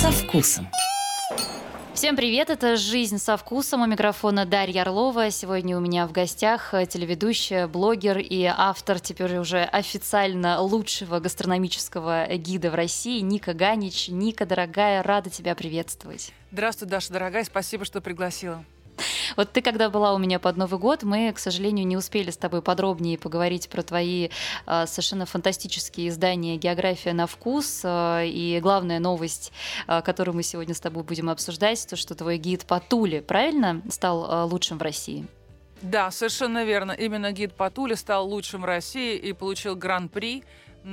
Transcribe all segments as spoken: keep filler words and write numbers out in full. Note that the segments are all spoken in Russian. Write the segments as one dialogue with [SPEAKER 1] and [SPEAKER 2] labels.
[SPEAKER 1] со вкусом.
[SPEAKER 2] Всем привет, это «Жизнь со вкусом», у микрофона Дарья Орлова. Сегодня у меня в гостях телеведущая, блогер и автор теперь уже официально лучшего гастрономического гида в России Ника Ганич. Ника, дорогая, рада тебя приветствовать.
[SPEAKER 3] Здравствуй, Даша, дорогая, спасибо, что пригласила.
[SPEAKER 2] Вот ты, когда была у меня под Новый год, мы, к сожалению, не успели с тобой подробнее поговорить про твои э, совершенно фантастические издания «География на вкус». Э, и главная новость, э, которую мы сегодня с тобой будем обсуждать, то, что твой гид по Туле, правильно, стал э, лучшим в России?
[SPEAKER 3] Да, совершенно верно. Именно гид по Туле стал лучшим в России и получил гран-при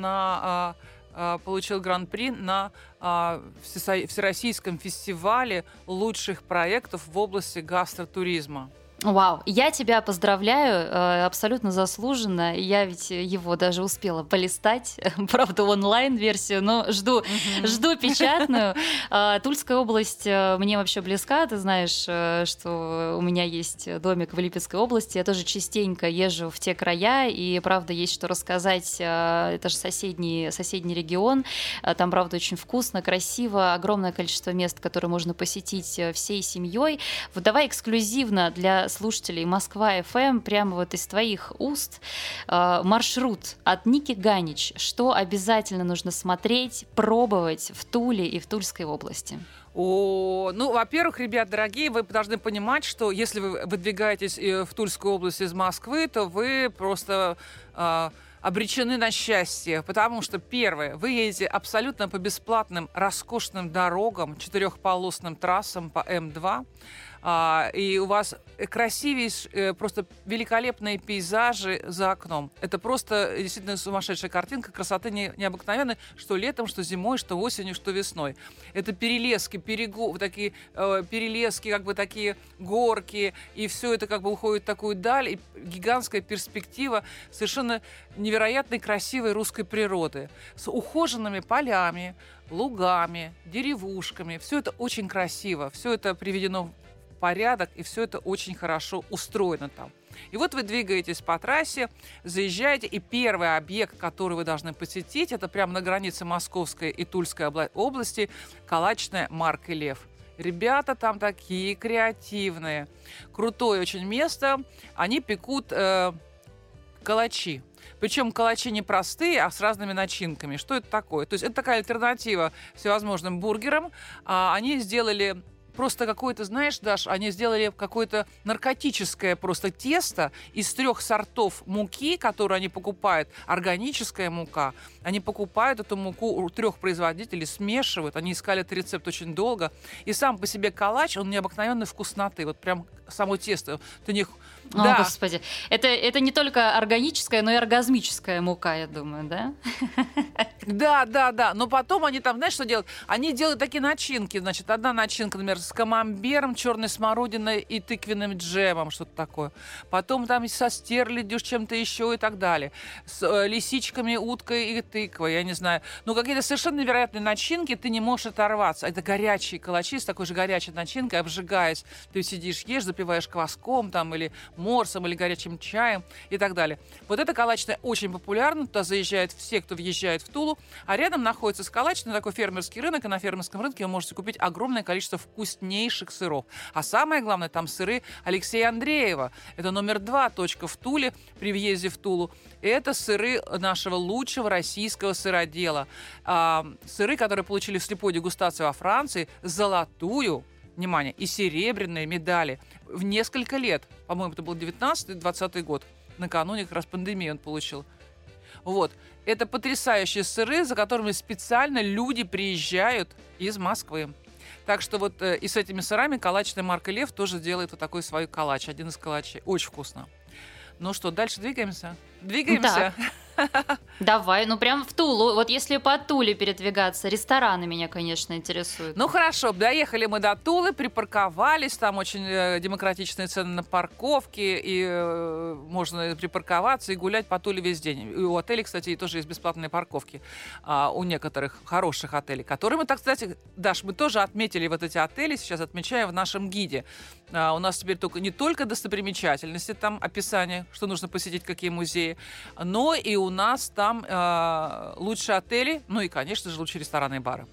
[SPEAKER 3] на... Э, получил гран-при на а, Всероссийском фестивале лучших проектов в области гастротуризма.
[SPEAKER 2] Вау, я тебя поздравляю, абсолютно заслуженно. Я ведь его даже успела полистать, правда, онлайн-версию, но жду, mm-hmm. жду печатную. Тульская область мне вообще близка, ты знаешь, что у меня есть домик в Липецкой области, я тоже частенько езжу в те края, и, правда, есть что рассказать. Это же соседний, соседний регион, там, правда, очень вкусно, красиво, огромное количество мест, которые можно посетить всей семьей. Вот давай эксклюзивно для слушателей Москва-эф эм прямо вот из твоих уст э, маршрут от Ники Ганич. Что обязательно нужно смотреть, пробовать в Туле и в Тульской области?
[SPEAKER 3] О, ну, во-первых, ребят, дорогие, вы должны понимать, что если вы выдвигаетесь в Тульскую область из Москвы, то вы просто... Э, обречены на счастье, потому что, первое, вы едете абсолютно по бесплатным роскошным дорогам, четырехполосным трассам по эм два, а, и у вас красивейшие, просто великолепные пейзажи за окном. Это просто действительно сумасшедшая картинка, красоты не, необыкновенной, что летом, что зимой, что осенью, что весной. Это перелески, перегу, такие э, перелески, как бы такие горки, и все это как бы уходит в такую даль, и гигантская перспектива совершенно невероятной красивой русской природы с ухоженными полями, лугами, деревушками. Все это очень красиво, все это приведено в порядок, и все это очень хорошо устроено там. И вот вы двигаетесь по трассе, заезжаете, и первый объект, который вы должны посетить, это прямо на границе Московской и Тульской области, калачная «Марк и Лев». Ребята там такие креативные. Крутое очень место. Они пекут э, калачи. Причем калачи не простые, а с разными начинками. Что это такое? То есть это такая альтернатива всевозможным бургерам. А, они сделали... Просто какое-то, знаешь, Даш, они сделали какое-то наркотическое просто тесто из трех сортов муки, которую они покупают, органическая мука. Они покупают эту муку у трех производителей, смешивают. Они искали этот рецепт очень долго. И сам по себе калач, он необыкновенной вкусноты. Вот прям само тесто. Ты не...
[SPEAKER 2] О,
[SPEAKER 3] да.
[SPEAKER 2] Господи. Это, это не только органическая, но и оргазмическая мука, я думаю, да?
[SPEAKER 3] Да, да, да. Но потом они там, знаешь, что делают? Они делают такие начинки. Значит, одна начинка, например, с камамбером, черной смородиной и тыквенным джемом, что-то такое. Потом там со стерлядью, с чем-то еще и так далее. С э, лисичками, уткой и тыквой, я не знаю. Ну, какие-то совершенно невероятные начинки, ты не можешь оторваться. Это горячие калачи с такой же горячей начинкой, обжигаясь. Ты сидишь, ешь, запиваешь кваском там или морсом, или горячим чаем и так далее. Вот эта калачная очень популярна. Туда заезжают все, кто въезжает в Тулу. А рядом находится скалачный такой фермерский рынок, и на фермерском рынке вы можете купить огромное количество вкуснейших сыров. А самое главное, там сыры Алексея Андреева. Это номер два точка в Туле при въезде в Тулу. Это сыры нашего лучшего российского сыродела. А, сыры, которые получили в слепой дегустации во Франции, золотую, внимание, и серебряные медали в несколько лет. По-моему, это был девятнадцатый-двадцатый год. Накануне как раз пандемии он получил. Вот. Это потрясающие сыры, за которыми специально люди приезжают из Москвы. Так что вот э, и с этими сырами калачная «Марк и Лев» тоже делает вот такой свой калач, один из калачей. Очень вкусно. Ну что, дальше двигаемся? Двигаемся?
[SPEAKER 2] Давай, ну прям в Тулу. Вот если по Туле передвигаться, рестораны меня, конечно, интересуют.
[SPEAKER 3] Ну хорошо, доехали мы до Тулы, припарковались, там очень э, демократичные цены на парковки, и э, можно припарковаться и гулять по Туле весь день. И у отелей, кстати, тоже есть бесплатные парковки, а, у некоторых хороших отелей, которые мы, так, кстати, Даш, мы тоже отметили вот эти отели, сейчас отмечаем в нашем гиде. А, у нас теперь только, не только достопримечательности, там описание, что нужно посетить, какие музеи, но и у нас там э, лучшие отели, ну и, конечно же, лучшие рестораны и бары.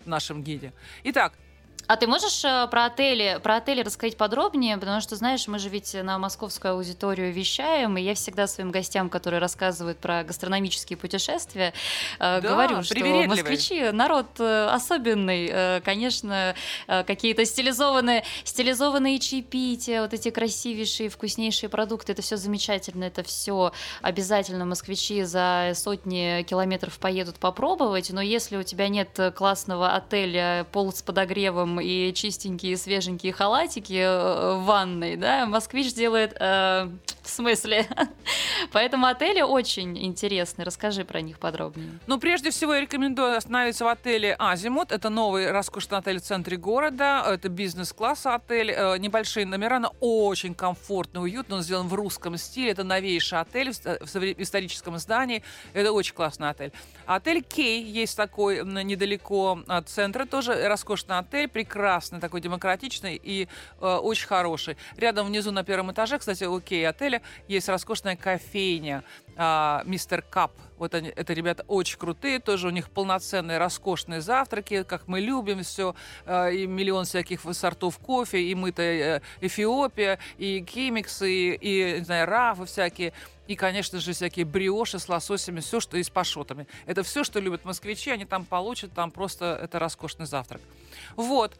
[SPEAKER 3] нашем гиде. Итак,
[SPEAKER 2] а ты можешь э, про отели, про отели рассказать подробнее? Потому что, знаешь, мы же ведь на московскую аудиторию вещаем, и я всегда своим гостям, которые рассказывают про гастрономические путешествия, э,
[SPEAKER 3] да,
[SPEAKER 2] говорю, что москвичи народ э, особенный. Э, конечно, э, какие-то стилизованные, стилизованные чаепития, вот эти красивейшие, вкуснейшие продукты, это все замечательно, это все обязательно москвичи за сотни километров поедут попробовать, но если у тебя нет классного отеля, пол с подогревом и чистенькие, свеженькие халатики в ванной, да, москвич делает э, в смысле. Поэтому отели очень интересны. Расскажи про них подробнее.
[SPEAKER 3] Ну, прежде всего, я рекомендую остановиться в отеле «Азимут». Это новый роскошный отель в центре города. Это бизнес-класс отель. Небольшие номера, но очень комфортно, уютно. Он сделан в русском стиле. Это новейший отель в историческом здании. Это очень классный отель. Отель «Кей» есть такой недалеко от центра. Тоже роскошный отель. Прекрасный, такой демократичный и э, очень хороший. Рядом внизу на первом этаже, кстати, у «Кей» отеля есть роскошная кофейня э, «Мистер Кап». Вот они, это ребята очень крутые, тоже у них полноценные роскошные завтраки, как мы любим все, э, и миллион всяких сортов кофе, и мытая э, Эфиопия, и кемикс, и, и не знаю, рафы всякие. И, конечно же, всякие бриоши с лососями, все, что и с пашотами. Это все, что любят москвичи, они там получат, там просто это роскошный завтрак. Вот.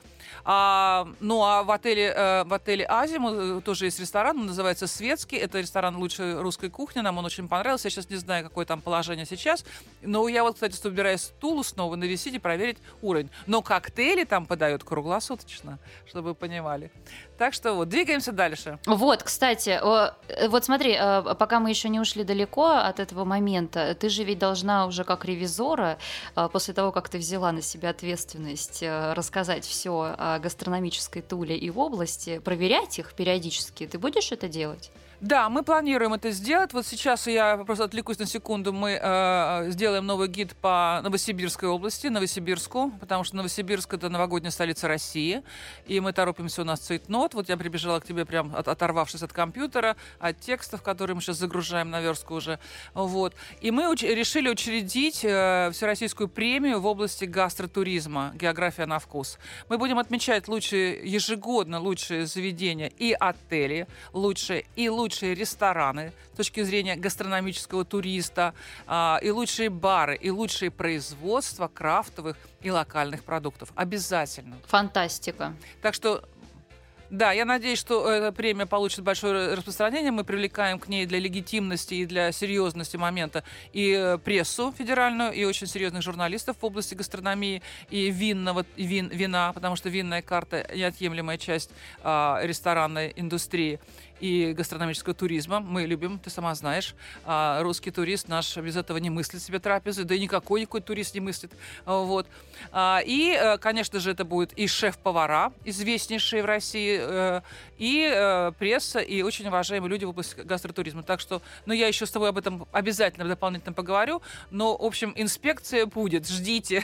[SPEAKER 3] А, ну, а в отеле, э, в отеле «Азимут» тоже есть ресторан, он называется «Светский». Это ресторан лучшей русской кухни, нам он очень понравился. Я сейчас не знаю, какое там положение сейчас. Но я вот, кстати, собираюсь в Тулу снова навестить и проверить уровень. Но коктейли там подают круглосуточно, чтобы вы понимали. Так что вот, двигаемся дальше.
[SPEAKER 2] Вот, кстати, вот смотри, пока мы еще не ушли далеко от этого момента, ты же ведь должна уже как ревизора, после того, как ты взяла на себя ответственность рассказать все о гастрономической Туле и в области, проверять их периодически. Ты будешь это делать?
[SPEAKER 3] Да, мы планируем это сделать. Вот сейчас я просто отвлекусь на секунду. Мы э, сделаем новый гид по Новосибирской области, Новосибирску, потому что Новосибирск — это новогодняя столица России, и мы торопимся, у нас цейтнот. Вот я прибежала к тебе прям от, оторвавшись от компьютера, от текстов, которые мы сейчас загружаем на верстку уже. Вот. И мы уч- решили учредить э, всероссийскую премию в области гастротуризма «География на вкус». Мы будем отмечать лучшие, ежегодно лучшие заведения и отели, лучшие и лучшие лучшие рестораны с точки зрения гастрономического туриста, а, и лучшие бары, и лучшие производства крафтовых и локальных продуктов. Обязательно.
[SPEAKER 2] Фантастика.
[SPEAKER 3] Так что, да, я надеюсь, что эта премия получит большое распространение. Мы привлекаем к ней для легитимности и для серьезности момента и прессу федеральную, и очень серьезных журналистов в области гастрономии и винного, и вин, вина, потому что винная карта – неотъемлемая часть а, ресторанной индустрии и гастрономического туризма. Мы любим, ты сама знаешь, а, русский турист наш без этого не мыслит себе трапезы, да и никакой никакой турист не мыслит. Вот. А, и, конечно же, это будет и шеф-повара, известнейшие в России, и э, пресса, и очень уважаемые люди в области гастротуризма. Так что, ну, я еще с тобой об этом обязательно дополнительно поговорю, но, в общем, инспекция будет, ждите.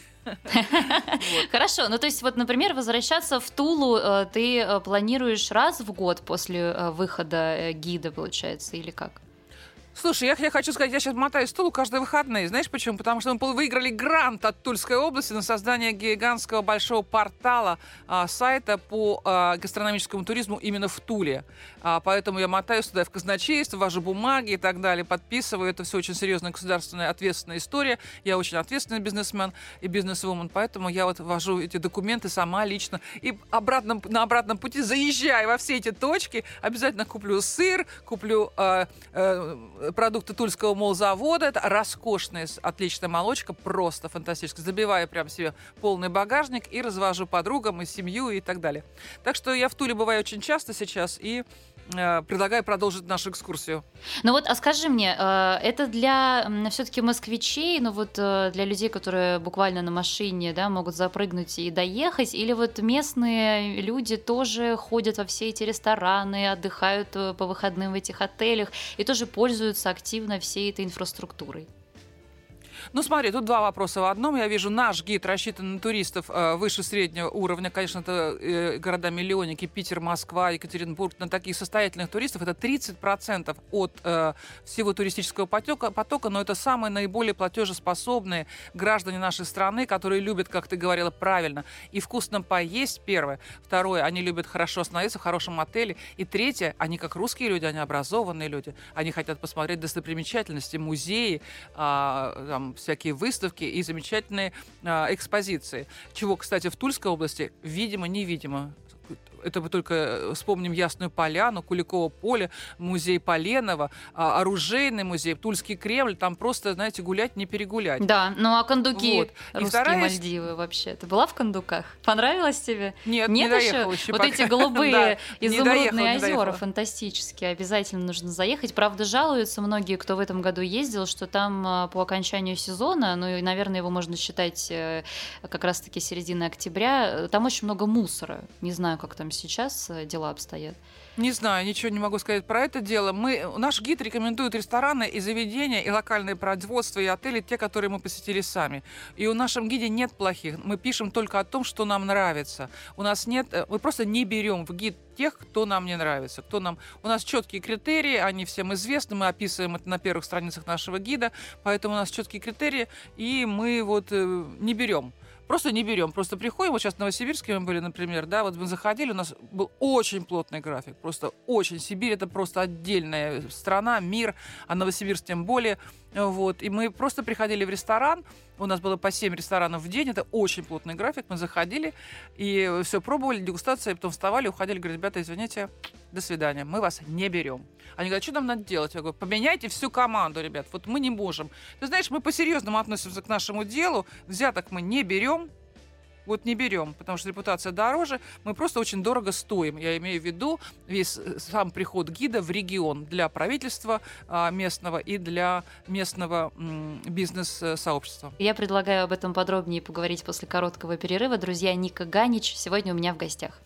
[SPEAKER 2] Хорошо, ну то есть вот, например, возвращаться в Тулу э, ты э, планируешь раз в год после э, выхода э, гида, получается, или как?
[SPEAKER 3] Слушай, я, я хочу сказать, я сейчас мотаюсь в Тулу каждые выходные. Знаешь почему? Потому что мы выиграли грант от Тульской области на создание гигантского большого портала, а, сайта по а, гастрономическому туризму именно в Туле. А, поэтому я мотаюсь туда в казначейство, ввожу бумаги и так далее, подписываю. Это все очень серьезная государственная ответственная история. Я очень ответственный бизнесмен и бизнесвумен, поэтому я вот ввожу эти документы сама лично. И обратном, на обратном пути, заезжая во все эти точки, обязательно куплю сыр, куплю э, э, продукты Тульского молзавода. Это роскошная, отличная молочка, просто фантастическая. Забиваю прям себе полный багажник и развожу подругам, и семью, и так далее. Так что я в Туле бываю очень часто сейчас и э, предлагаю продолжить нашу экскурсию.
[SPEAKER 2] Ну вот, а скажи мне, э, это для все-таки москвичей, ну вот э, для людей, которые буквально на машине, да, могут запрыгнуть и доехать, или вот местные люди тоже ходят во все эти рестораны, отдыхают по выходным в этих отелях и тоже пользуются активно всей этой инфраструктурой?
[SPEAKER 3] Ну, смотри, тут два вопроса в одном. Я вижу, наш гид рассчитан на туристов э, выше среднего уровня. Конечно, это э, города-миллионники, Питер, Москва, Екатеринбург. На таких состоятельных туристов это тридцать процентов от э, всего туристического потока, потока, но это самые наиболее платежеспособные граждане нашей страны, которые любят, как ты говорила правильно, и вкусно поесть, первое. Второе, они любят хорошо остановиться в хорошем отеле. И третье, они как русские люди, они образованные люди. Они хотят посмотреть достопримечательности, музеи, э, там, всякие выставки и замечательные э, экспозиции. Чего, кстати, в Тульской области видимо-невидимо. Это мы только вспомним Ясную Поляну, Куликово поле, музей Поленова, оружейный музей, Тульский Кремль. Там просто, знаете, гулять не перегулять.
[SPEAKER 2] Да, ну а кондуки,
[SPEAKER 3] вот.
[SPEAKER 2] русские
[SPEAKER 3] вторая...
[SPEAKER 2] Мальдивы вообще. Ты была в кондуках? Понравилось тебе?
[SPEAKER 3] Нет,
[SPEAKER 2] Нет
[SPEAKER 3] не
[SPEAKER 2] еще?
[SPEAKER 3] доехала еще
[SPEAKER 2] Вот
[SPEAKER 3] пока.
[SPEAKER 2] эти голубые изумрудные озера
[SPEAKER 3] фантастические.
[SPEAKER 2] Обязательно нужно заехать. Правда, жалуются многие, кто в этом году ездил, что там по окончанию сезона, ну и, наверное, его можно считать как раз-таки середины октября, там очень много мусора. Не знаю, как там сейчас дела обстоят.
[SPEAKER 3] Не знаю, ничего не могу сказать про это дело. Мы, наш гид рекомендует рестораны и заведения, и локальные производства, и отели, те, которые мы посетили сами. И у нашем гиде нет плохих. Мы пишем только о том, что нам нравится. У нас нет... Мы просто не берем в гид тех, кто нам не нравится. Кто нам... У нас четкие критерии, они всем известны, мы описываем это на первых страницах нашего гида, поэтому у нас четкие критерии, и мы вот э, не берем. Просто не берем. Просто приходим, вот сейчас в Новосибирске мы были, например, да, вот мы заходили, у нас был очень плотный график, просто очень. Сибирь — это просто отдельная страна, мир, а Новосибирск тем более. Вот. И мы просто приходили в ресторан, у нас было по семь ресторанов в день, это очень плотный график, мы заходили и все пробовали, дегустация, потом вставали, уходили, говорят, ребята, извините, до свидания, мы вас не берем. Они говорят, что нам надо делать? Я говорю, поменяйте всю команду, ребят, вот мы не можем. Ты знаешь, мы по-серьезному относимся к нашему делу, взяток мы не берем, вот не берем, потому что репутация дороже, мы просто очень дорого стоим. Я имею в виду весь сам приход гида в регион для правительства а, местного и для местного м, бизнес-сообщества.
[SPEAKER 2] Я предлагаю об этом подробнее поговорить после короткого перерыва. Друзья, Ника Ганич сегодня у меня в гостях.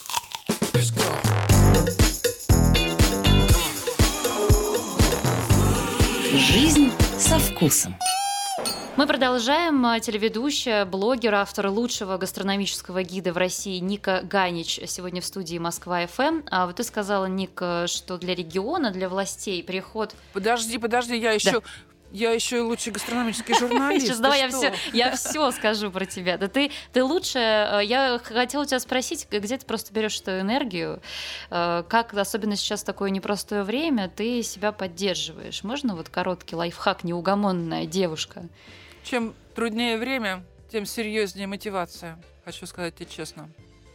[SPEAKER 1] Жизнь со вкусом.
[SPEAKER 2] Мы продолжаем. Телеведущая, блогер, автор лучшего гастрономического гида в России Ника Ганич сегодня в студии Москва-ФМ. А вот ты сказала, Ник, что для региона, для властей приход...
[SPEAKER 3] Подожди, подожди, я еще... Да. Я еще и лучший гастрономический журналист.
[SPEAKER 2] Сейчас давай я все, я все скажу про тебя. Да ты, ты лучше. Я хотела тебя спросить, где ты просто берешь эту энергию, как, особенно сейчас такое непростое время, ты себя поддерживаешь. Можно вот короткий лайфхак, неугомонная девушка?
[SPEAKER 3] Чем труднее время, тем серьезнее мотивация. Хочу сказать тебе честно.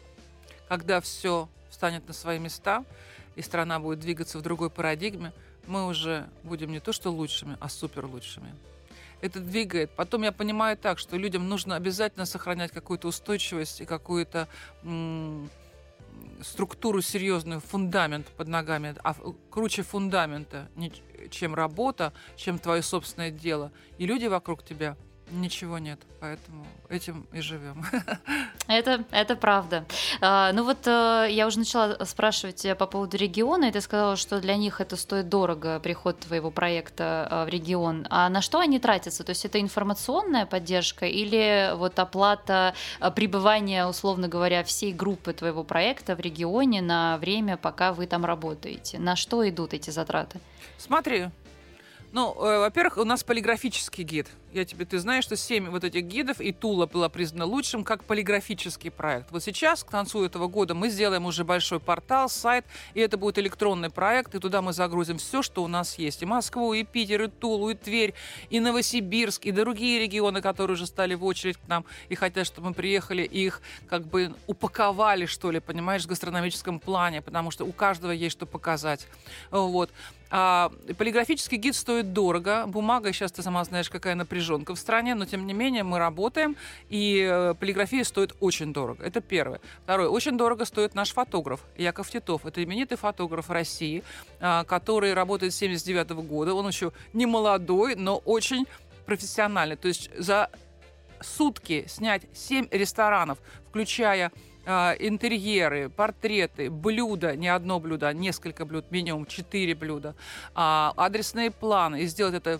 [SPEAKER 3] Когда все встанет на свои места и страна будет двигаться в другой парадигме, мы уже будем не то что лучшими, а супер лучшими. Это двигает. Потом я понимаю так, что людям нужно обязательно сохранять какую-то устойчивость и какую-то м- структуру серьезную, фундамент под ногами. А круче фундамента, чем работа, чем твое собственное дело. И люди вокруг тебя, ничего нет. Поэтому этим и живем.
[SPEAKER 2] Это, это правда. А, ну вот а, я уже начала спрашивать тебя по поводу региона, и ты сказала, что для них это стоит дорого, приход твоего проекта а, в регион. А на что они тратятся? То есть это информационная поддержка или вот оплата а, пребывания, условно говоря, всей группы твоего проекта в регионе на время, пока вы там работаете? На что идут эти затраты?
[SPEAKER 3] Смотри. Ну, э, во-первых, у нас полиграфический гид. Я тебе, ты знаешь, что семь вот этих гидов, и Тула была признана лучшим как полиграфический проект. Вот сейчас, к концу этого года, мы сделаем уже большой портал, сайт, и это будет электронный проект, и туда мы загрузим все, что у нас есть. И Москву, и Питер, и Тулу, и Тверь, и Новосибирск, и другие регионы, которые уже стали в очередь к нам и хотят, чтобы мы приехали, и их как бы упаковали, что ли, понимаешь, в гастрономическом плане, потому что у каждого есть что показать. Вот. А полиграфический гид стоит дорого. Бумага, сейчас ты сама знаешь, какая напряженка в стране, но тем не менее мы работаем, и полиграфия стоит очень дорого. Это первое. Второе. Очень дорого стоит наш фотограф Яков Титов. Это именитый фотограф России, который работает с семьдесят девятого года. Он еще не молодой, но очень профессиональный. То есть за сутки снять семь ресторанов, включая интерьеры, портреты, блюда, не одно блюдо, а несколько блюд, минимум четыре блюда, адресные планы, и сделать это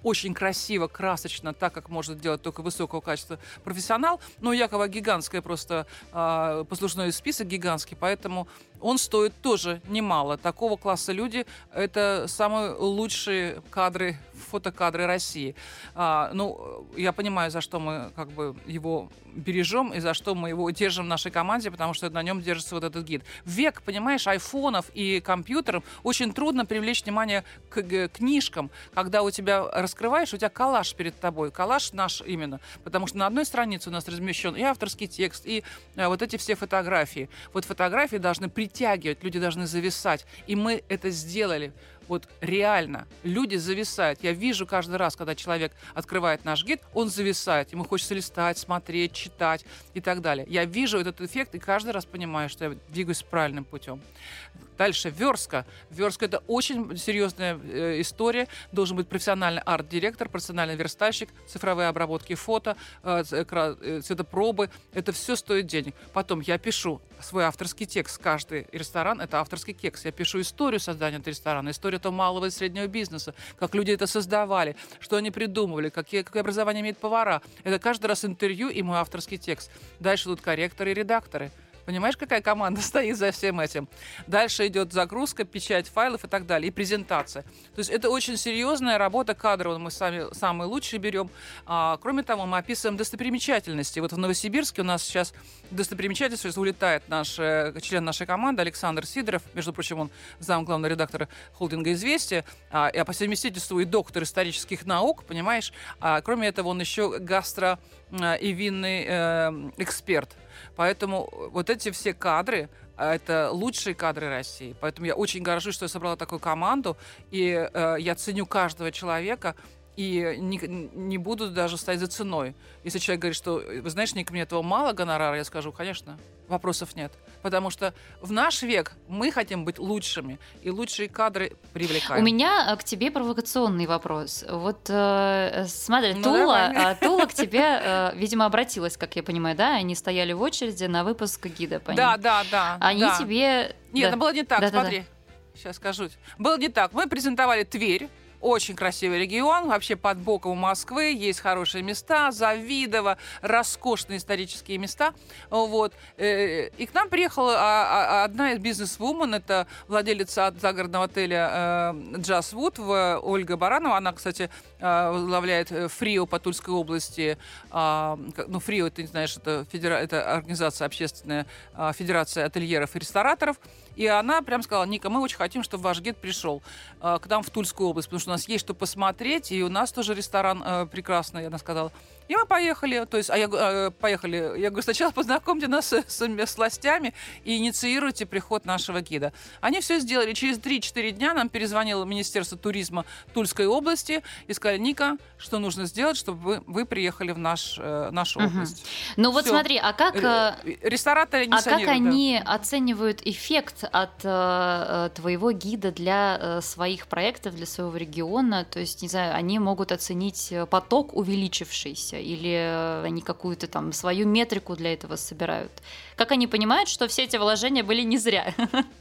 [SPEAKER 3] очень красиво, красочно, так, как может делать только высокого качества профессионал. Но у Якова гигантская просто э, послужной список гигантский, поэтому он стоит тоже немало. Такого класса люди — это самые лучшие кадры, фотокадры России. А, ну, я понимаю, за что мы как бы его бережем и за что мы его держим в нашей команде, потому что на нем держится вот этот гид. В век, понимаешь, айфонов и компьютеров очень трудно привлечь внимание к, к книжкам, когда у тебя раскрываешь, у тебя коллаж перед тобой. Коллаж наш именно, потому что на одной странице у нас размещен и авторский текст, и а, вот эти все фотографии. Вот фотографии должны притягивать, люди должны зависать. И мы это сделали. Вот реально люди зависают. Я вижу каждый раз, когда человек открывает наш гид, он зависает. Ему хочется листать, смотреть, читать и так далее. Я вижу этот эффект и каждый раз понимаю, что я двигаюсь правильным путем. Дальше верстка. Верстка — это очень серьезная э, история. Должен быть профессиональный арт-директор, профессиональный верстальщик, цифровые обработки фото, э, цветопробы. Это все стоит денег. Потом я пишу свой авторский текст. Каждый ресторан — это авторский текст. Я пишу историю создания этого ресторана, историю этого малого и среднего бизнеса, как люди это создавали, что они придумывали, какие, какое образование имеют повара. Это каждый раз интервью и мой авторский текст. Дальше тут корректоры и редакторы. Понимаешь, какая команда стоит за всем этим? Дальше идет загрузка, печать файлов и так далее, и презентация. То есть это очень серьезная работа кадровая, мы сами самые лучшие берем. А, кроме того, мы описываем достопримечательности. Вот в Новосибирске у нас сейчас достопримечательство, сейчас улетает наш э, член нашей команды Александр Сидоров, между прочим, он зам главного редактора холдинга «Известия», а, и по совместительству и доктор исторических наук, понимаешь? А, кроме этого, он еще гастро- и винный э, эксперт. Поэтому вот эти все кадры — это лучшие кадры России. Поэтому я очень горжусь, что я собрала такую команду, и э, я ценю каждого человека, и не, не буду даже стоять за ценой. Если человек говорит, что, вы знаешь, Ник, мне этого мало гонорара, я скажу, конечно, вопросов нет. Потому что в наш век мы хотим быть лучшими, и лучшие кадры привлекаем.
[SPEAKER 2] У меня к тебе провокационный вопрос. Вот э, смотри,
[SPEAKER 3] Ну,
[SPEAKER 2] Тула,
[SPEAKER 3] давай.
[SPEAKER 2] э, Тула к тебе, э, видимо, обратилась, как я понимаю, да? Они стояли в очереди на выпуск гида по
[SPEAKER 3] Да,
[SPEAKER 2] ним.
[SPEAKER 3] да, да.
[SPEAKER 2] Они
[SPEAKER 3] да.
[SPEAKER 2] тебе...
[SPEAKER 3] Нет,
[SPEAKER 2] да.
[SPEAKER 3] ну было не так,
[SPEAKER 2] Да-да-да.
[SPEAKER 3] смотри. Сейчас скажу. Было не так. Мы презентовали Тверь. Очень красивый регион, вообще под боком у Москвы, есть хорошие места, Завидово, роскошные исторические места. Вот. Э, И к нам приехала а, а, одна из бизнес-вумен, это владелица загородного отеля Джаз Вуд, Ольга Баранова. Она, кстати, э, возглавляет ФРИО по Тульской области. А, как- Ну, ФРИО, ты не знаешь, это, федера... это организация общественная, а, Федерация ательеров и рестораторов. И она прям сказала: Ника, мы очень хотим, чтобы ваш гид пришел э, к нам в Тульскую область, потому что у нас есть что посмотреть, и у нас тоже ресторан э, прекрасный, она сказала. И мы поехали, то есть, а я г- э, поехали, я говорю, сначала познакомьте нас с, с, с властями и инициируйте приход нашего гида. Они все сделали. Через три-четыре дня нам перезвонило Министерство туризма Тульской области и сказали: Ника, что нужно сделать, чтобы вы, вы приехали в наш, э, нашу
[SPEAKER 2] Мгм.
[SPEAKER 3] область.
[SPEAKER 2] Ну вот
[SPEAKER 3] Всё.
[SPEAKER 2] смотри, а как... э,
[SPEAKER 3] Э, Рестораторы не
[SPEAKER 2] А как
[SPEAKER 3] санируют, да.
[SPEAKER 2] они оценивают эффект от э, э, твоего гида для э, своих проектов, для своего региона? То есть, не знаю, они могут оценить э, поток увеличившийся, или э, они какую-то там свою метрику для этого собирают? Как они понимают, что все эти вложения были не зря?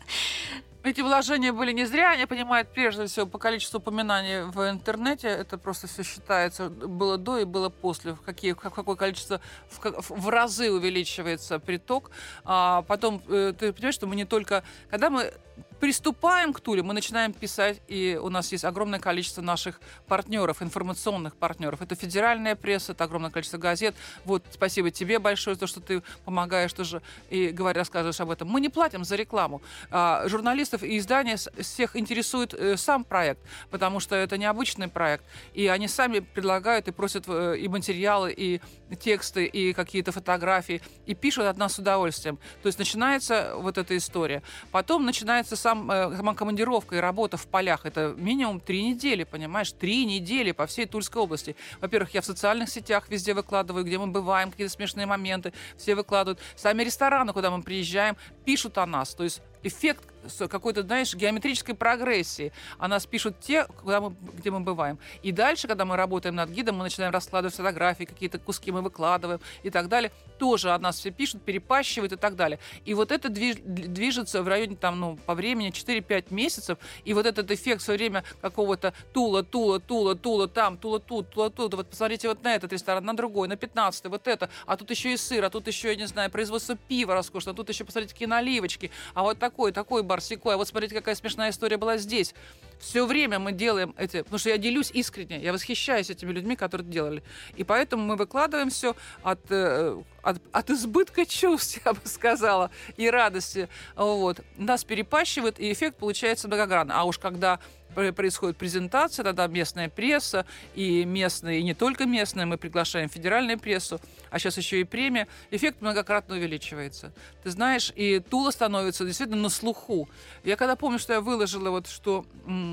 [SPEAKER 3] Эти вложения были не зря, они понимают прежде всего по количеству упоминаний в интернете, это просто все считается, было до и было после, в, какие, в какое количество, в, ка- в разы увеличивается приток. А потом, э, ты понимаешь, что мы не только, когда мы приступаем к Туле, мы начинаем писать, и у нас есть огромное количество наших партнеров, информационных партнеров. Это федеральная пресса, это огромное количество газет. Вот, спасибо тебе большое за то, что ты помогаешь тоже и говоришь, рассказываешь об этом. Мы не платим за рекламу. А, журналистов и издания с- всех интересует э, сам проект, потому что это необычный проект. И они сами предлагают и просят э, и материалы, и тексты, и какие-то фотографии, и пишут от нас с удовольствием. То есть начинается вот эта история. Потом начинается сам, э, сама командировка и работа в полях. Это минимум три недели, понимаешь? Три недели по всей Тульской области. Во-первых, я в социальных сетях везде выкладываю, где мы бываем, какие-то смешные моменты. Все выкладывают. Сами рестораны, куда мы приезжаем, пишут о нас. То есть эффект какой-то, знаешь, геометрической прогрессии. О нас пишут те, куда мы, где мы бываем. И дальше, когда мы работаем над гидом, мы начинаем раскладывать фотографии, какие-то куски мы выкладываем и так далее. Тоже о нас все пишут, перепащивают и так далее. И вот это движ, движется в районе, там, ну, по времени четыре-пять месяцев. И вот этот эффект все время какого-то тула, тула, тула, тула, там, тула, тут, тула, тут. Вот посмотрите вот на этот ресторан, на другой, на пятнадцатый, вот это. А тут еще и сыр, а тут еще, я не знаю, производство пива роскошное, а тут еще, посмотрите, какие наливочки. А вот такой, такой бар, секой. А вот смотрите, какая смешная история была здесь. Все время мы делаем эти... Потому что я делюсь искренне, я восхищаюсь этими людьми, которые это делали. И поэтому мы выкладываем все от, от, от избытка чувств, я бы сказала, и радости. Вот. Нас перепащивает, и эффект получается многогранный. А уж когда происходит презентация, тогда местная пресса, и местная, и не только местная, мы приглашаем федеральную прессу, а сейчас еще и премия, эффект многократно увеличивается. Ты знаешь, и Тула становится действительно на слуху. Я когда помню, что я выложила, вот, что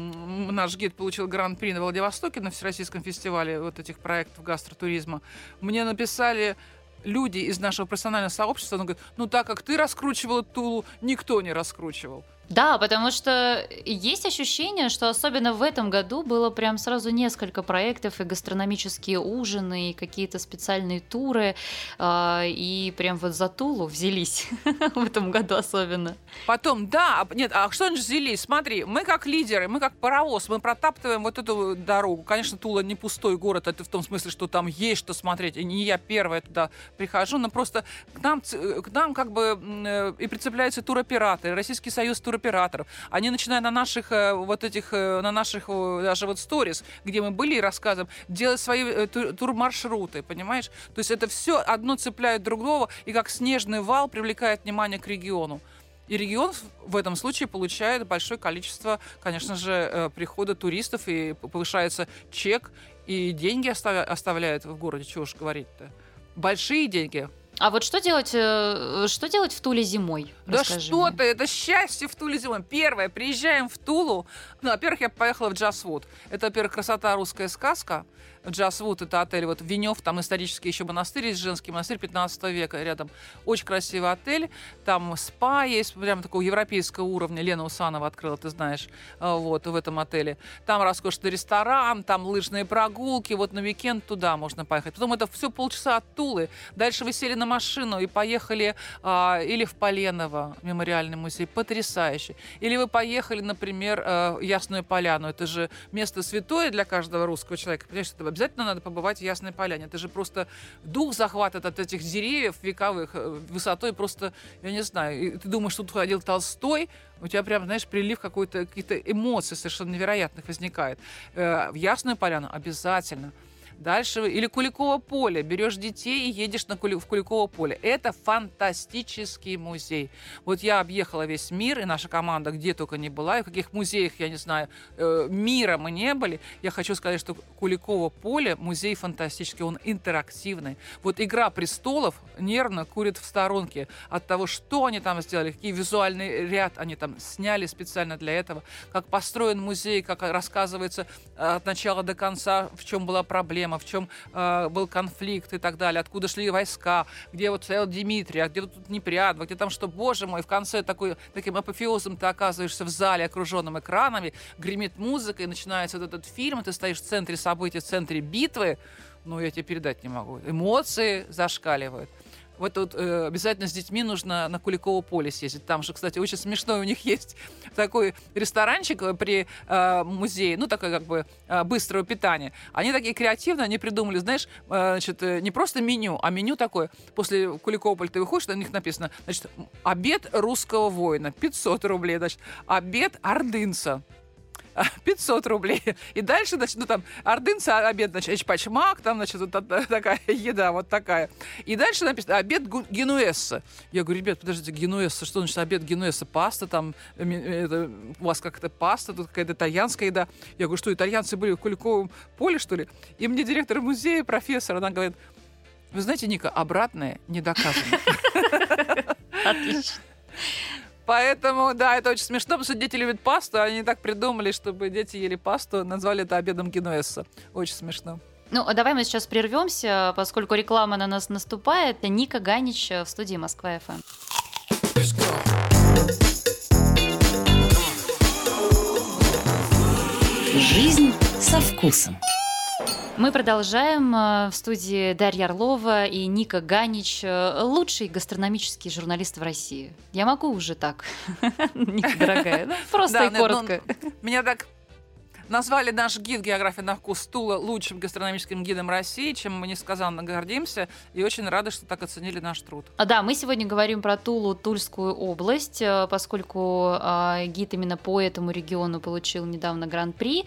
[SPEAKER 3] м- наш гид получил гран-при на Владивостоке на Всероссийском фестивале вот этих проектов гастротуризма, мне написали люди из нашего профессионального сообщества, он говорит, ну так как ты раскручивала Тулу, никто не раскручивал.
[SPEAKER 2] Да, потому что есть ощущение, что особенно в этом году было прям сразу несколько проектов, и гастрономические ужины, и какие-то специальные туры, э, и прям вот за Тулу взялись в этом году особенно.
[SPEAKER 3] Потом, да, нет, а что они же взялись? Смотри, мы как лидеры, мы как паровоз, мы протаптываем вот эту дорогу. Конечно, Тула не пустой город, это в том смысле, что там есть что смотреть, и не я первая туда прихожу, но просто к нам, к нам как бы и прицепляются туроператоры, Российский союз туроператоров, операторов. Они начинают на наших э, вот этих, э, на наших э, даже вот сторис, где мы были и рассказываем, делать свои э, тур- турмаршруты, понимаешь? То есть это все одно цепляет другого и как снежный вал привлекает внимание к региону. И регион в этом случае получает большое количество, конечно же, э, прихода туристов, и повышается чек, и деньги оставля- оставляют в городе, чего уж говорить-то. Большие деньги.
[SPEAKER 2] А вот что делать, что делать в Туле зимой?
[SPEAKER 3] Да
[SPEAKER 2] Расскажи
[SPEAKER 3] что
[SPEAKER 2] мне.
[SPEAKER 3] ты, это счастье в Туле зимой. Первое, приезжаем в Тулу. Ну, во-первых, я поехала в Джазвуд. Это, во-первых, красота, русская сказка. Джазвуд — это отель вот Венев, там исторический еще монастырь есть, женский монастырь пятнадцатого века рядом. Очень красивый отель. Там спа есть, прям такого европейского уровня. Лена Усанова открыла, ты знаешь, вот, в этом отеле. Там роскошный ресторан, там лыжные прогулки. Вот на уикенд туда можно поехать. Потом это все полчаса от Тулы. Дальше вы сели на машину и поехали а, или в Поленово, мемориальный музей, потрясающий. Или вы поехали, например, в Ясную Поляну. Это же место святое для каждого русского человека. Понимаешь, это обязательно надо побывать в Ясной Поляне. Это же просто дух захватывает от этих деревьев вековых высотой просто, я не знаю. И ты думаешь, что тут ходил Толстой, у тебя прям, знаешь, прилив какой-то, какие-то эмоции совершенно невероятных возникает. В Ясную Поляну обязательно. Дальше, или Куликово поле. Берешь детей и едешь на Кули, в Куликово поле. Это фантастический музей. Вот я объехала весь мир, и наша команда где только не была, и в каких музеях, я не знаю, э, мира мы не были. Я хочу сказать, что Куликово поле музей фантастический, он интерактивный. Вот «Игра престолов» нервно курит в сторонке от того, что они там сделали, какие визуальный ряд они там сняли специально для этого, как построен музей, как рассказывается от начала до конца, в чем была проблема, в чем э, был конфликт и так далее, откуда шли войска, где вот стоял Дмитрий, а где вот тут Непрядва, где там что, боже мой, в конце такой, таким апофеозом ты оказываешься в зале, окруженном экранами, гремит музыка, и начинается вот этот фильм, и ты стоишь в центре событий, в центре битвы, ну, я тебе передать не могу. Эмоции зашкаливают. Вот тут э, обязательно с детьми нужно на Куликово поле съездить. Там же, кстати, очень смешной у них есть такой ресторанчик при э, музее, ну, такое как бы э, быстрого питания. Они такие креативные, они придумали, знаешь, э, значит, э, не просто меню, а меню такое. После Куликово поля ты выходишь, на них написано, значит, обед русского воина, пятьсот рублей, значит, обед ордынца. пятьсот рублей. И дальше, значит, ну там, ордынцы, обед, значит, эчпачмак, там, значит, вот такая еда, вот такая. И дальше написано обед генуэзца. Я говорю, ребят, подождите, генуэзца, что значит обед генуэзца? Паста там, это, у вас как-то паста, тут какая-то итальянская еда. Я говорю, что итальянцы были в Куликовом поле, что ли? И мне директор музея, профессор, она говорит, вы знаете, Ника, обратное не доказано.
[SPEAKER 2] Отлично.
[SPEAKER 3] Поэтому, да, это очень смешно, потому что дети любят пасту, они так придумали, чтобы дети ели пасту, назвали это обедом генуэзца. Очень смешно.
[SPEAKER 2] Ну, а давай мы сейчас прервемся, поскольку реклама на нас наступает. Ника Ганич в студии Москва эф эм.
[SPEAKER 1] вкусом.
[SPEAKER 2] Мы продолжаем. В студии Дарья Орлова и Ника Ганич, лучший гастрономический журналист в России. Я могу уже так, Ника, дорогая, ну, просто и коротко.
[SPEAKER 3] Меня так назвали наш гид «География на вкус» Тула лучшим гастрономическим гидом России, чем мы несказанно гордимся, и очень рады, что так оценили наш труд.
[SPEAKER 2] А, да, мы сегодня говорим про Тулу, Тульскую область, поскольку а, гид именно по этому региону получил недавно гран-при.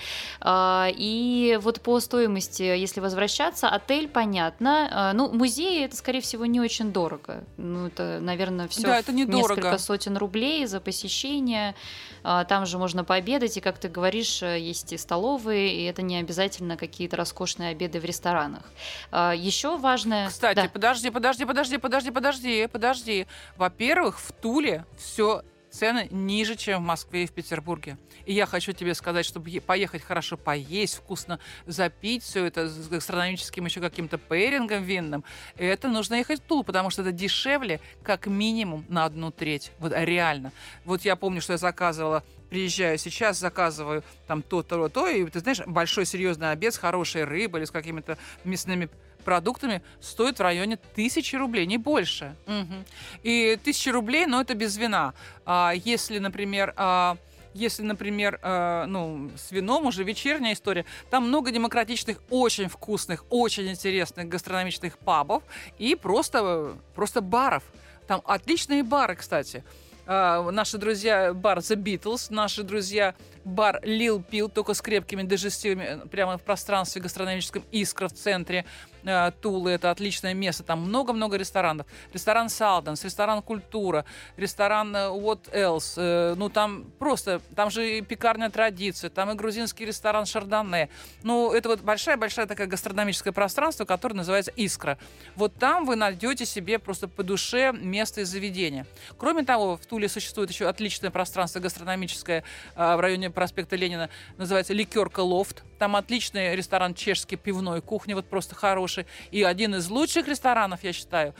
[SPEAKER 2] А, и вот по стоимости, если возвращаться, отель, понятно. А, ну, музей, это, скорее всего, не очень дорого. Ну, это, наверное, все
[SPEAKER 3] да, это
[SPEAKER 2] несколько сотен рублей за посещение. А, там же можно пообедать, и, как ты говоришь, есть и столовые, и это не обязательно какие-то роскошные обеды в ресторанах. А, еще важное...
[SPEAKER 3] Кстати, да. подожди, подожди, подожди, подожди, подожди, подожди. Во-первых, в Туле все цены ниже, чем в Москве и в Петербурге. И я хочу тебе сказать, чтобы поехать хорошо поесть, вкусно запить все это с гастрономическим еще каким-то пейрингом винным, это нужно ехать в Тулу, потому что это дешевле как минимум на одну треть. Вот реально. Вот я помню, что я заказывала, приезжаю сейчас, заказываю там то, то, то, и ты знаешь, большой серьезный обед с хорошей рыбой или с какими-то мясными продуктами стоит в районе тысячи рублей, не больше. Угу. И тысяча рублей, но это без вина. А если, например... А, Если, например, э, ну, с вином уже вечерняя история, там много демократичных, очень вкусных, очень интересных гастрономичных пабов и просто, просто баров. Там отличные бары, кстати. Uh, наши друзья бар The Beatles, наши друзья бар Lil Pill, только с крепкими дежестивами, прямо в пространстве гастрономическом «Искра» в центре uh, Тулы. Это отличное место. Там много-много ресторанов. Ресторан Салденс, ресторан Культура, ресторан uh, What Else. Uh, ну, там просто, там же и пекарня Традиция, там и грузинский ресторан Шардоне. Ну, это вот большая-большая такая гастрономическое пространство, которое называется «Искра». Вот там вы найдете себе просто по душе место и заведение. Кроме того, в Туле существует еще отличное пространство гастрономическое uh, в районе проспекта Ленина, называется «Ликерка Лофт». Там отличный ресторан чешской пивной кухни, вот просто хороший. И один из лучших ресторанов, я считаю,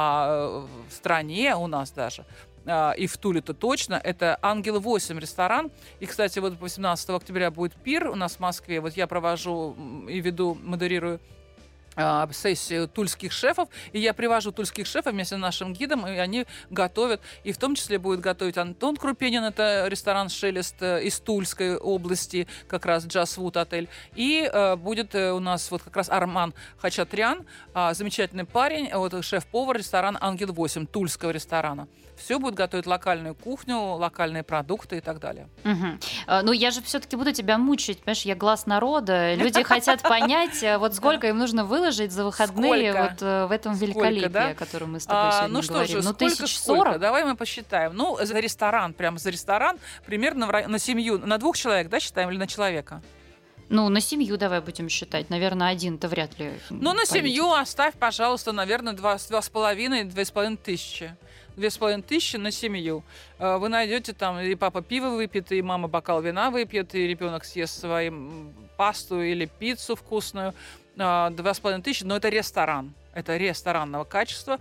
[SPEAKER 3] в стране у нас даже, и в Туле-то точно, это «Ангел восемь» ресторан. И, кстати, вот восемнадцатого октября будет пир у нас в Москве. Вот я провожу и веду, модерирую сессию тульских шефов, и я привожу тульских шефов вместе с нашим гидом, и они готовят, и в том числе будет готовить Антон Крупенин, это ресторан «Шелест» из Тульской области, как раз Джасвуд отель, и э, будет э, у нас вот как раз Арман Хачатрян, э, замечательный парень, вот шеф-повар ресторан «Ангел восемь», тульского ресторана. Все будет готовить локальную кухню, локальные продукты и так далее.
[SPEAKER 2] Угу. А, ну, я же все-таки буду тебя мучить, понимаешь, я глаз народа, люди хотят понять, вот сколько им нужно выложить за выходные вот в этом великолепии, о котором мы с тобой сегодня говорим. Ну, тысяч сорок?
[SPEAKER 3] Давай мы посчитаем. Ну, за ресторан, прямо за ресторан, примерно на семью, на двух человек, да, считаем, или на человека?
[SPEAKER 2] Ну, на семью давай будем считать. Наверное, один-то вряд ли.
[SPEAKER 3] Ну, на семью оставь, пожалуйста, наверное, два, два с половиной, две с половиной тысячи. Две с половиной тысячи на семью. Вы найдете там, и папа пиво выпьет, и мама бокал вина выпьет, и ребенок съест свою пасту или пиццу вкусную. Два с половиной тысячи, но это ресторан. Это ресторанного качества,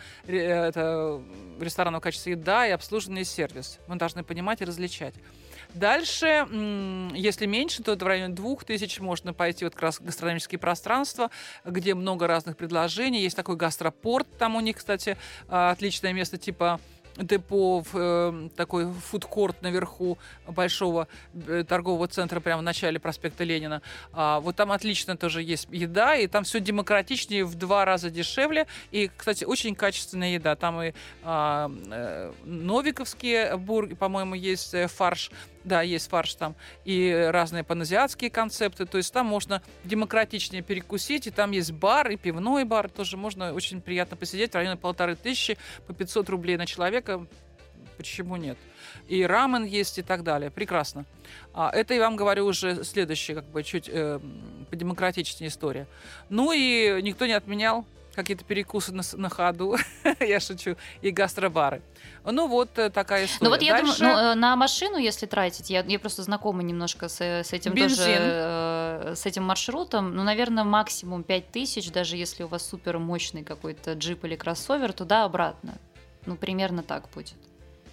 [SPEAKER 3] это ресторанного качества еда и обслуживание и сервис. Мы должны понимать и различать. Дальше, если меньше, то в районе двух тысяч можно пойти вот как раз в гастрономические пространства, где много разных предложений. Есть такой гастропорт, там у них, кстати, отличное место типа депо, в, э, такой фудкорт наверху большого э, торгового центра прямо в начале проспекта Ленина. А, вот там отлично тоже есть еда, и там все демократичнее, в два раза дешевле. И, кстати, очень качественная еда. Там и а, э, новиковские бургеры, по-моему, есть э, фарш. Да, есть фарш там. И разные паназиатские концепты. То есть там можно демократичнее перекусить. И там есть бар, и пивной бар. Тоже можно очень приятно посидеть. В районе полторы тысячи, по пятьсот рублей на человека. Почему нет? И рамен есть и так далее. Прекрасно. А, это я вам говорю уже следующая, как бы чуть э, подемократичнее история. Ну и никто не отменял какие-то перекусы на, на ходу, я шучу, и гастробары. Ну вот такая история.
[SPEAKER 2] Ну вот я
[SPEAKER 3] Дальше...
[SPEAKER 2] думаю, ну, на машину, если тратить, я, я просто знакома немножко с, с этим
[SPEAKER 3] Бензин.
[SPEAKER 2] тоже, э, с этим маршрутом, ну, наверное, максимум пять тысяч, даже если у вас супер мощный какой-то джип или кроссовер, туда-обратно. Ну, примерно так будет.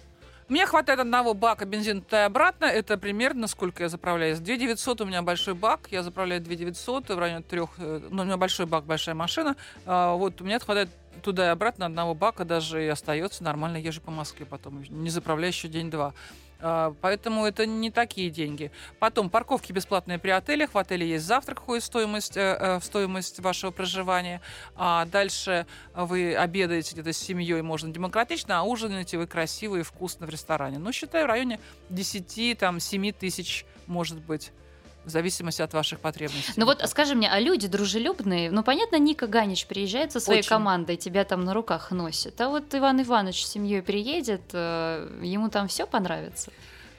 [SPEAKER 3] Мне хватает одного бака бензина туда и обратно. Это примерно, сколько я заправляюсь? две тысячи девятьсот у меня большой бак. Я заправляю две тысячи девятьсот в районе трех. Ну, у меня большой бак, большая машина. А, вот у меня хватает туда и обратно одного бака даже и остается. Нормально езжу по Москве потом. Не заправляю еще день-два. А, поэтому это не такие деньги. Потом парковки бесплатные при отелях. В отеле есть завтрак, входит в стоимость, э, в стоимость вашего проживания. А дальше вы обедаете где-то с семьей, можно демократично, а ужинаете вы красиво и вкусно в ресторане. Ну, считаю, в районе десять-семь тысяч, может быть, в зависимости от ваших потребностей.
[SPEAKER 2] Ну вот скажи мне, а люди дружелюбные? Ну, понятно, Ника Ганич приезжает со своей
[SPEAKER 3] Очень.
[SPEAKER 2] командой, тебя там на руках носит. А вот Иван Иванович с семьей приедет, э, ему там все понравится?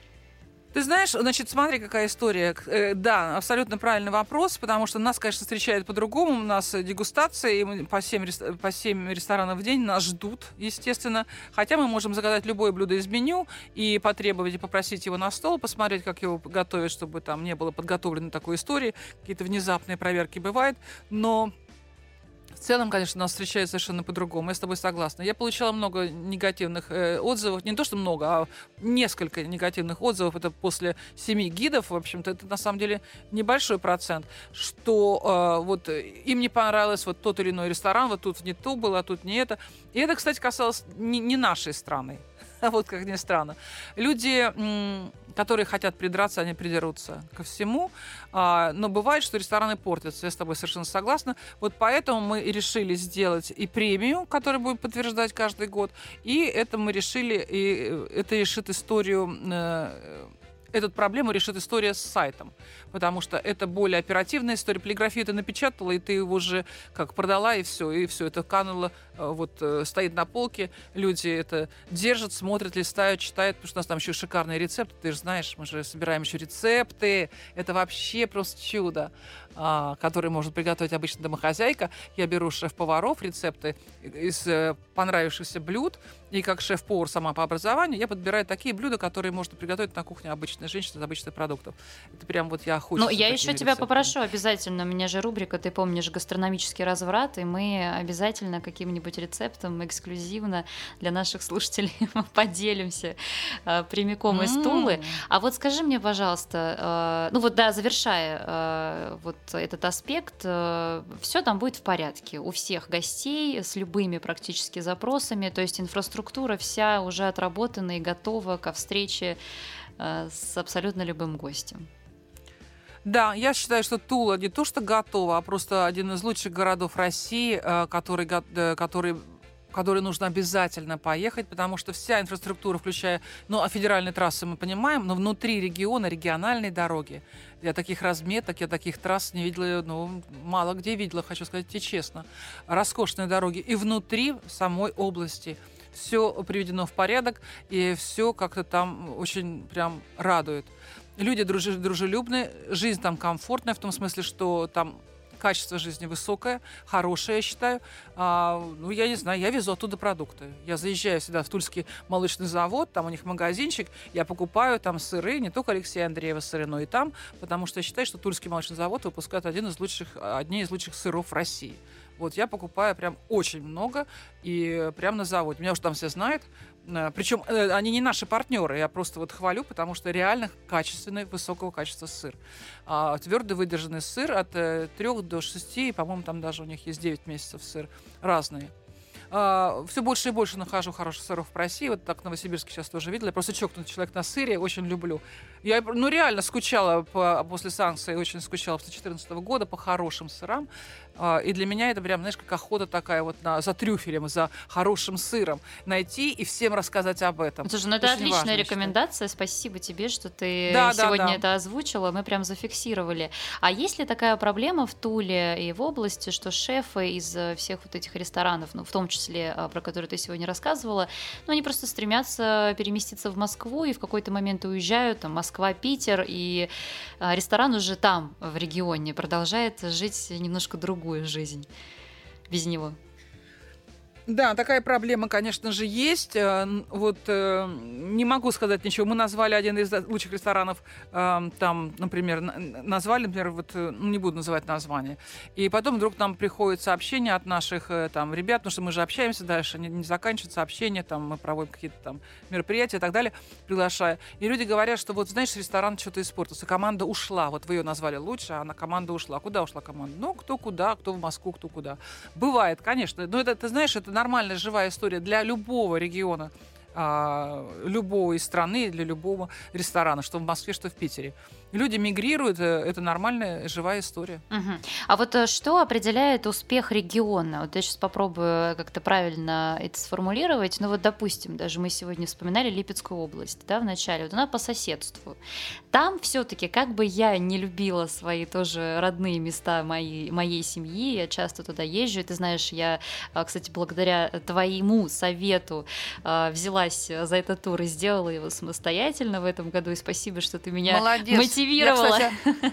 [SPEAKER 3] Ты знаешь, значит, смотри, какая история. Э, да, абсолютно правильный вопрос, потому что нас, конечно, встречают по-другому. У нас дегустация, и мы по семь, по семь ресторанов в день нас ждут, естественно. Хотя мы можем заказать любое блюдо из меню и потребовать, и попросить его на стол, посмотреть, как его готовят, чтобы там не было подготовлено такой истории. Какие-то внезапные проверки бывают. Но в целом, конечно, нас встречают совершенно по-другому. Я с тобой согласна. Я получала много негативных э, отзывов. Не то, что много, а несколько негативных отзывов. Это после семи гидов, в общем-то, это на самом деле небольшой процент, что э, вот им не понравилось вот тот или иной ресторан, вот тут не то было, а тут не это. И это, кстати, касалось не, не нашей страны. Вот как ни странно. Люди, которые хотят придраться, они придерутся ко всему. Но бывает, что рестораны портятся. Я с тобой совершенно согласна. Вот поэтому мы и решили сделать и премию, которую будем подтверждать каждый год. И это мы решили, и это решит историю... Эту проблему решит история с сайтом, потому что это более оперативная история. Полиграфию ты напечатала, и ты его уже как продала, и все, и все это кануло, вот стоит на полке, люди это держат, смотрят, листают, читают, потому что у нас там еще шикарные рецепты, ты же знаешь, мы же собираем еще рецепты, это вообще просто чудо, которые может приготовить обычно домохозяйка. Я беру шеф-поваров, рецепты из понравившихся блюд, и как шеф-повар сама по образованию, я подбираю такие блюда, которые можно приготовить на кухне обычной женщины из обычных продуктов. Это прям вот я охочусь.
[SPEAKER 2] Ну, я еще тебя попрошу обязательно, у меня же рубрика, ты помнишь, гастрономический разврат, и мы обязательно каким-нибудь рецептом эксклюзивно для наших слушателей поделимся э, прямиком из Тулы. А вот скажи мне, пожалуйста, э, ну вот да, завершая э, вот этот аспект, э, все там будет в порядке у всех гостей с любыми практически запросами, то есть инфраструктура вся уже отработана и готова ко встрече э, с абсолютно любым гостем.
[SPEAKER 3] Да, я считаю, что Тула не то что готова, а просто один из лучших городов России, который, который, который нужно обязательно поехать, потому что вся инфраструктура, включая, ну, а федеральные трассы мы понимаем, но внутри региона региональные дороги. Я таких разметок, я таких трасс не видела, ну, мало где видела, хочу сказать тебе честно. Роскошные дороги и внутри самой области. Все приведено в порядок, и все как-то там очень прям радует. Люди дружелюбные, жизнь там комфортная, в том смысле, что там качество жизни высокое, хорошее, я считаю. А, ну, я не знаю, я везу оттуда продукты. Я заезжаю всегда в Тульский молочный завод, там у них магазинчик, я покупаю там сыры, не только Алексея Андреева сыры, но и там, потому что я считаю, что Тульский молочный завод выпускает один из лучших, одни из лучших сыров в России. Вот я покупаю прям очень много и прям на заводе. Меня уже там все знают. Причем они не наши партнеры, я просто вот хвалю, потому что реально качественный, высокого качества сыр. А, твердый выдержанный сыр от трёх до шести, по-моему, там даже у них есть девять месяцев сыр, разные. Uh, все больше и больше нахожу хороших сыров в России. Вот так в Новосибирске сейчас тоже видела. Я просто чокнутый человек на сыре, очень люблю. Я, ну, реально скучала по, после санкций, очень скучала после две тысячи четырнадцатого года по хорошим сырам. Uh, и для меня это прям, знаешь, как охота такая вот на, за трюфелем, за хорошим сыром. Найти и всем рассказать об этом.
[SPEAKER 2] Слушай, ну это
[SPEAKER 3] очень
[SPEAKER 2] отличная
[SPEAKER 3] важно,
[SPEAKER 2] рекомендация. Спасибо тебе, что ты
[SPEAKER 3] да,
[SPEAKER 2] сегодня
[SPEAKER 3] да, да.
[SPEAKER 2] это озвучила. Мы прям зафиксировали. А есть ли такая проблема в Туле и в области, что шефы из всех вот этих ресторанов, ну, в том числе про которые ты сегодня рассказывала, но они просто стремятся переместиться в Москву и в какой-то момент уезжают, там, Москва, Питер, и ресторан уже там, в регионе, продолжает жить немножко другую жизнь без него?
[SPEAKER 3] Да, такая проблема, конечно же, есть. Э, н- Вот э, не могу сказать ничего. Мы назвали один из лучших ресторанов, э, там, например, н- назвали, например, вот, э, ну, не буду называть название. И потом вдруг нам приходит сообщение от наших э, там ребят, потому что мы же общаемся дальше, не, не заканчивается общение, там мы проводим какие-то там мероприятия и так далее, приглашая. И люди говорят, что вот, знаешь, ресторан что-то испортился, команда ушла. Вот вы ее назвали лучше, а она команда ушла. Куда ушла команда? Ну, кто куда, кто в Москву, кто куда. Бывает, конечно. Но это, ты знаешь, это нормальная живая история для любого региона, а, любой страны, для любого ресторана, что в Москве, что в Питере. Люди мигрируют, э, это нормальная живая история.
[SPEAKER 2] Мгм. А вот э, что определяет успех региона? Вот я сейчас попробую как-то правильно это сформулировать. Ну вот, допустим, даже мы сегодня вспоминали Липецкую область, да, в начале. Вот она по соседству. Там все-таки, как бы я не любила свои тоже родные места моей, моей семьи, я часто туда езжу. И ты знаешь, я, а, кстати, благодаря твоему совету а, взялась за этот тур и сделала его самостоятельно в этом году. И спасибо, что ты меня
[SPEAKER 3] Молодец.
[SPEAKER 2] мотивировала.
[SPEAKER 3] Я, кстати,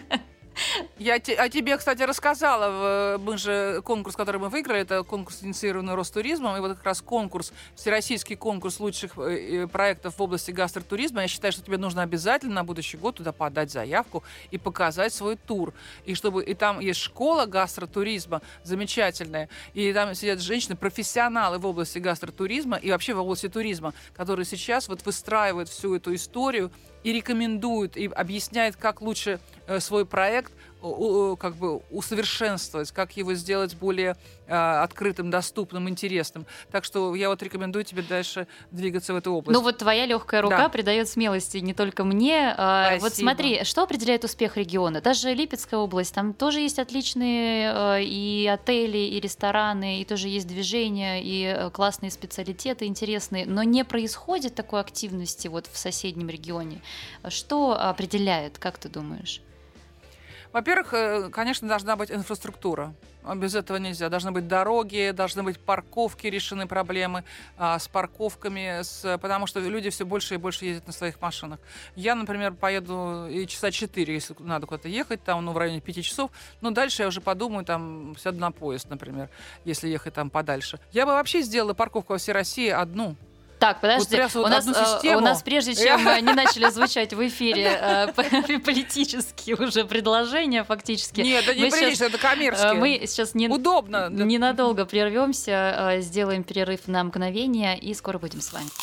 [SPEAKER 3] Я те- о тебе, кстати, рассказала. В- Мы же конкурс, который мы выиграли, это конкурс, инициированный Ростуризмом. И вот как раз конкурс, всероссийский конкурс лучших э, э, проектов в области гастротуризма. Я считаю, что тебе нужно обязательно на будущий год туда подать заявку и показать свой тур. И чтобы и там есть школа гастротуризма замечательная. И там сидят женщины, профессионалы в области гастротуризма и вообще в области туризма, которые сейчас вот выстраивают всю эту историю и рекомендуют, и объясняют, как лучше э, свой проект у- у- как бы усовершенствовать, как его сделать более э, открытым, доступным, интересным. Так что я вот рекомендую тебе дальше двигаться в эту область.
[SPEAKER 2] Ну вот твоя легкая рука
[SPEAKER 3] Да.
[SPEAKER 2] придает смелости не только мне. А, Вот
[SPEAKER 3] Спасибо.
[SPEAKER 2] смотри, что определяет успех региона? Даже Липецкая область, там тоже есть отличные э, и отели, и рестораны, и тоже есть движения, и э, классные специалитеты интересные, но не происходит такой активности вот в соседнем регионе. Что определяет, как ты думаешь?
[SPEAKER 3] Во-первых, э, конечно, должна быть инфраструктура. А Без этого нельзя. Должны быть дороги, должны быть парковки, решены проблемы а, с парковками, с- потому что люди все больше и больше ездят на своих машинах. Я, например, поеду и часа четыре, если надо куда-то ехать, там, ну, в районе пяти часов, но дальше я уже подумаю, там, сяду на поезд, например, если ехать там подальше. Я бы вообще сделала парковку во всей России одну.
[SPEAKER 2] Так, подожди,
[SPEAKER 3] прям вот
[SPEAKER 2] у, нас,
[SPEAKER 3] одну
[SPEAKER 2] э,
[SPEAKER 3] систему.
[SPEAKER 2] у нас прежде чем э, не начали звучать в эфире э, п- политические уже предложения фактически,
[SPEAKER 3] Нет, это не
[SPEAKER 2] мы щас,
[SPEAKER 3] прилично, это
[SPEAKER 2] э,
[SPEAKER 3] коммерческие.
[SPEAKER 2] мы сейчас не,
[SPEAKER 3] Удобно.
[SPEAKER 2] ненадолго прервемся, э, сделаем перерыв на мгновение и скоро будем с вами.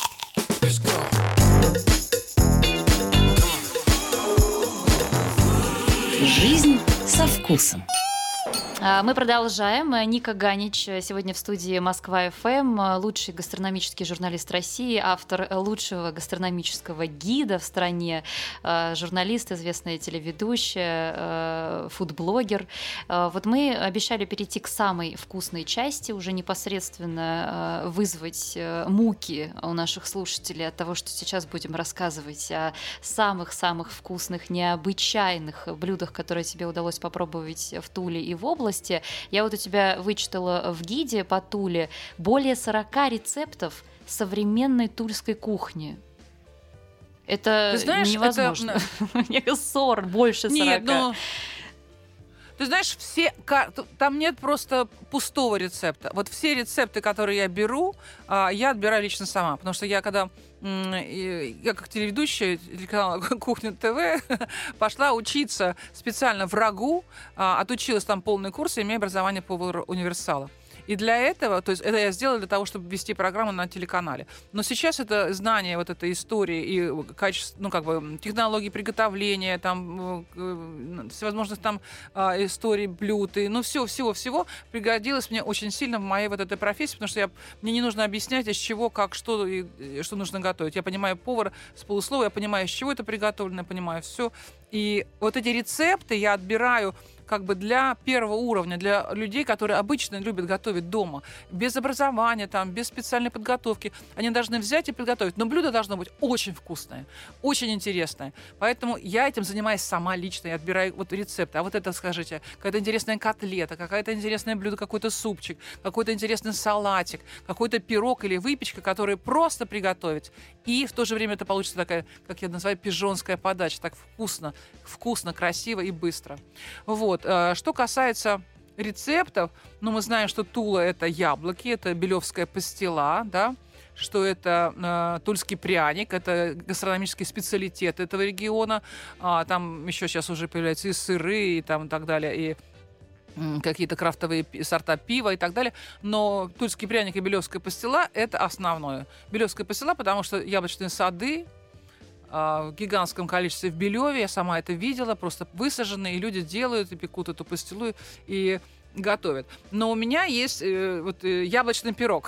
[SPEAKER 1] Жизнь со вкусом.
[SPEAKER 2] А, Мы продолжаем. Ника Ганич сегодня в студии Москва-ФМ, лучший гастрономический журналист России, автор лучшего гастрономического гида в стране, а, журналист, известная телеведущая, а, фудблогер. А, Вот мы обещали перейти к самой вкусной части, уже непосредственно а, вызвать э, муки у наших слушателей от того, что сейчас будем рассказывать о самых-самых вкусных, необычайных блюдах, которые тебе удалось попробовать в Туле и в области. Я вот у тебя вычитала в гиде по Туле более сорока рецептов современной тульской кухни. Это
[SPEAKER 3] Ты знаешь,
[SPEAKER 2] невозможно. Мне кажется, сорок, больше сорока.
[SPEAKER 3] Нет, ну... Ты знаешь, все, ка- т- там нет просто пустого рецепта. Вот все рецепты, которые я беру, а, я отбираю лично сама. Потому что я когда, м, и- я как телеведущая телеканала «Кухня ТВ» пошла учиться специально в РАГУ, а, отучилась там полный курс и имею образование повара-универсала. И для этого, то есть это я сделала для того, чтобы вести программу на телеканале. Но сейчас это знание вот этой истории и качество, ну как бы технологии приготовления, там э, всевозможных там а, историй блюд, и, ну все, всего, всего пригодилось мне очень сильно в моей вот этой профессии, потому что я, мне не нужно объяснять, из чего, как, что и, и что нужно готовить. Я понимаю повара с полуслова, я понимаю, из чего это приготовлено, я понимаю все. И вот эти рецепты я отбираю как бы для первого уровня, для людей, которые обычно любят готовить дома, без образования, там, без специальной подготовки. Они должны взять и приготовить. Но блюдо должно быть очень вкусное, очень интересное. Поэтому я этим занимаюсь сама лично. Я отбираю вот рецепты. А вот это, скажите, какая-то интересная котлета, какая-то интересное блюдо, какой-то супчик, какой-то интересный салатик, какой-то пирог или выпечка, которые просто приготовить. И в то же время это получится такая, как я называю, пижонская подача. Так вкусно, вкусно, красиво и быстро. Вот. Что касается рецептов, ну, мы знаем, что Тула — это яблоки, это белевская пастила, да, что это э, тульский пряник, это гастрономический специалитет этого региона. А, там еще сейчас уже появляются и сыры, и, там, и так далее, и м, какие-то крафтовые пи- сорта пива и так далее. Но тульский пряник и белевская пастила — это основное. Белевская пастила, потому что яблочные сады а, в гигантском количестве в Белеве, я сама это видела, просто высажены, и люди делают, и пекут эту пастилу, и готовят. Но у меня есть э, вот, э, яблочный пирог,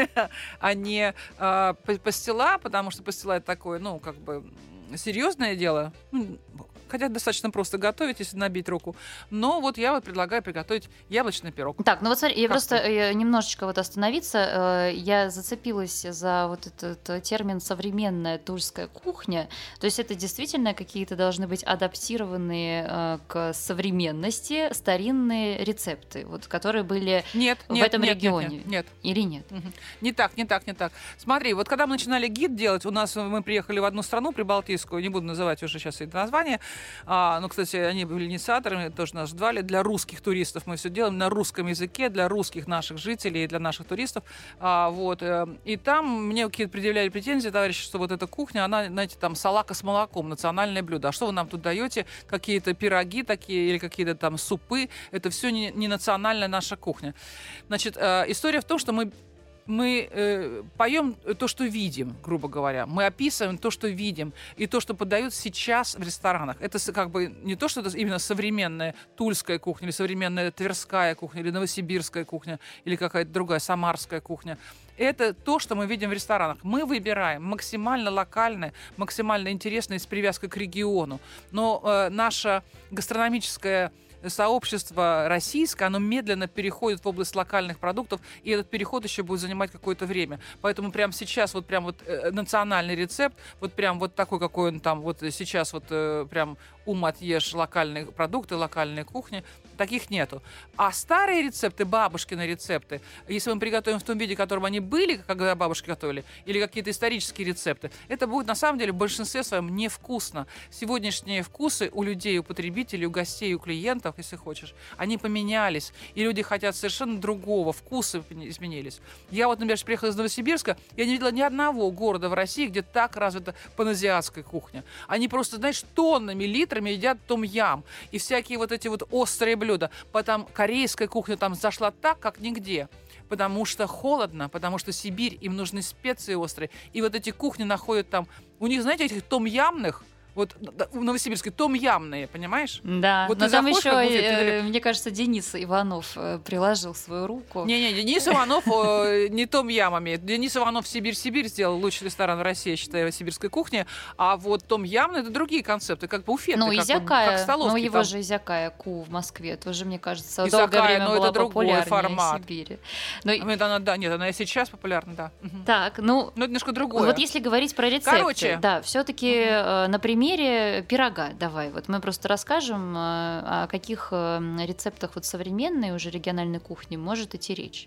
[SPEAKER 3] а не э, пастила, потому что пастила — это такое, ну, как бы серьезное дело. Ну, хотя достаточно просто готовить, если набить руку. Но вот я вот предлагаю приготовить яблочный пирог.
[SPEAKER 2] Так, ну вот смотри, я
[SPEAKER 3] Как
[SPEAKER 2] просто
[SPEAKER 3] ты?
[SPEAKER 2] э, немножечко вот остановиться. э, Я зацепилась за вот этот э, термин «современная тульская кухня». То есть это действительно какие-то должны быть адаптированные э, к современности старинные рецепты, вот, которые были
[SPEAKER 3] Нет,
[SPEAKER 2] в
[SPEAKER 3] нет,
[SPEAKER 2] этом
[SPEAKER 3] нет,
[SPEAKER 2] регионе.
[SPEAKER 3] Нет, нет, нет.
[SPEAKER 2] Или нет?
[SPEAKER 3] Мгм. Не так, не так, не так. Смотри, вот когда мы начинали гид делать, у нас мы приехали в одну страну прибалтийскую, не буду называть уже сейчас это название, а, ну, кстати, они были инициаторами, тоже нас ждали. Для русских туристов мы все делаем на русском языке, для русских наших жителей и для наших туристов. А, вот, э, и там мне какие-то предъявляли претензии, товарищи, что вот эта кухня, она, знаете, там салака с молоком, национальное блюдо. А что вы нам тут даете? Какие-то пироги такие или какие-то там супы? Это все не, не национальная наша кухня. Значит, э, история в том, что мы мы э, поем то, что видим, грубо говоря. Мы описываем то, что видим, и то, что подают сейчас в ресторанах. Это с- как бы не то, что это именно современная тульская кухня, или современная тверская кухня, или новосибирская кухня, или какая-то другая самарская кухня. Это то, что мы видим в ресторанах. Мы выбираем максимально локальное, максимально интересное с привязкой к региону. Но э, наша гастрономическая сообщество российское, оно медленно переходит в область локальных продуктов, и этот переход еще будет занимать какое-то время. Поэтому прямо сейчас вот прям вот э, национальный рецепт, вот прям вот такой, какой он там вот сейчас вот э, прям ум отъешь локальные продукты, локальные кухни, таких нету. А старые рецепты, бабушкины рецепты, если мы приготовим в том виде, в котором они были, когда бабушки готовили, или какие-то исторические рецепты, это будет на самом деле в большинстве своем невкусно. Сегодняшние вкусы у людей, у потребителей, у гостей, у клиентов, если хочешь, они поменялись, и люди хотят совершенно другого, вкусы изменились. Я вот, например, приехала из Новосибирска, я не видела ни одного города в России, где так развита паназиатская кухня. Они просто, знаешь, тоннами, литрами едят том-ям и всякие вот эти вот острые блюда. Потом корейская кухня там зашла так, как нигде. Потому что холодно, потому что Сибирь, им нужны специи острые. И вот эти кухни находят там... У них, знаете, этих том-ямных, вот в Новосибирске том-ямные, понимаешь?
[SPEAKER 2] Да,
[SPEAKER 3] Вот
[SPEAKER 2] но
[SPEAKER 3] ты
[SPEAKER 2] там
[SPEAKER 3] заходишь,
[SPEAKER 2] еще,
[SPEAKER 3] как буфет,
[SPEAKER 2] э,
[SPEAKER 3] или-
[SPEAKER 2] мне кажется, Денис Иванов э, приложил свою руку.
[SPEAKER 3] Не-не, Денис Иванов э, не том-ям имеет. Денис Иванов Сибирь-Сибирь сделал лучший ресторан в России, я считаю, сибирской кухни. А вот том-ям — это другие концепты, как буфеты,
[SPEAKER 2] Ну,
[SPEAKER 3] как, он-
[SPEAKER 2] изякая,
[SPEAKER 3] как
[SPEAKER 2] ну
[SPEAKER 3] столовский.
[SPEAKER 2] его
[SPEAKER 3] там.
[SPEAKER 2] же изякая Ку в Москве тоже, мне кажется,
[SPEAKER 3] Изякая,
[SPEAKER 2] долгое время
[SPEAKER 3] но это
[SPEAKER 2] была
[SPEAKER 3] другой
[SPEAKER 2] популярнее
[SPEAKER 3] формат.
[SPEAKER 2] в Сибири. Ну,
[SPEAKER 3] А, Она, да, нет, она и сейчас популярна, да. Мгм.
[SPEAKER 2] так, ну,
[SPEAKER 3] Но это немножко другое.
[SPEAKER 2] вот если говорить про рецепты,
[SPEAKER 3] Короче.
[SPEAKER 2] да, все-таки на примере пирога, давай, вот мы просто расскажем, э, о каких э, рецептах вот современной уже региональной кухни может идти речь.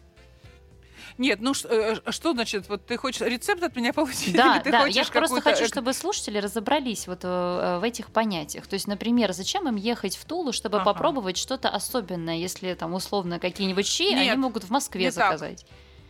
[SPEAKER 3] Нет, ну ш- э, что значит, вот ты хочешь рецепт от меня получить?
[SPEAKER 2] Да,
[SPEAKER 3] или ты
[SPEAKER 2] да,
[SPEAKER 3] хочешь
[SPEAKER 2] я просто
[SPEAKER 3] какую-то
[SPEAKER 2] хочу,
[SPEAKER 3] эк-
[SPEAKER 2] чтобы слушатели разобрались вот э, в этих понятиях. То есть, например, зачем им ехать в Тулу, чтобы
[SPEAKER 3] Ага.
[SPEAKER 2] попробовать что-то особенное, если там условно какие-нибудь щи они
[SPEAKER 3] Нет,
[SPEAKER 2] могут в Москве
[SPEAKER 3] не так.
[SPEAKER 2] заказать.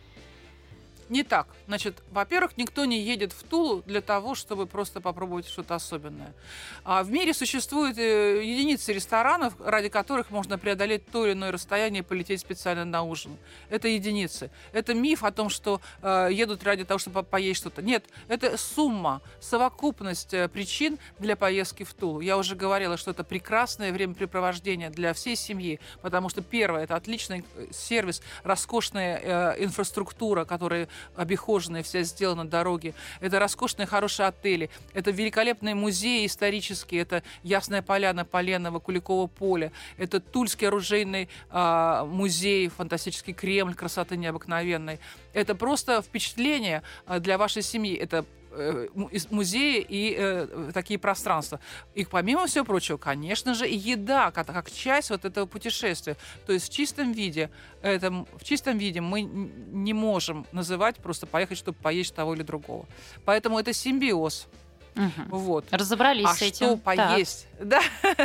[SPEAKER 3] Не так. Значит, во-первых, никто не едет в Тулу для того, чтобы просто попробовать что-то особенное. А в мире существуют э, единицы ресторанов, ради которых можно преодолеть то или иное расстояние и полететь специально на ужин. Это единицы. Это миф о том, что э, едут ради того, чтобы по- поесть что-то. Нет, это сумма, совокупность э, причин для поездки в Тулу. Я уже говорила, что это прекрасное времяпрепровождение для всей семьи, потому что, первое, это отличный э, сервис, роскошная э, инфраструктура, которая обихоженная, вся сделана дороги. Это роскошные, хорошие отели. Это великолепные музеи исторические. Это Ясная Поляна, Поленово, Куликово поле. Это Тульский оружейный а, музей, фантастический Кремль, красоты необыкновенной. Это просто впечатление а, для вашей семьи. Это э, му- из- музеи и э, такие пространства. И помимо всего прочего, конечно же, и еда, как, как часть вот этого путешествия. То есть в чистом виде, это, м- в чистом виде мы н- не можем называть просто поехать, чтобы поесть того или другого. Поэтому это симбиоз.
[SPEAKER 2] Мгм.
[SPEAKER 3] Вот.
[SPEAKER 2] Разобрались
[SPEAKER 3] А
[SPEAKER 2] с этим.
[SPEAKER 3] что
[SPEAKER 2] Так.
[SPEAKER 3] поесть Да.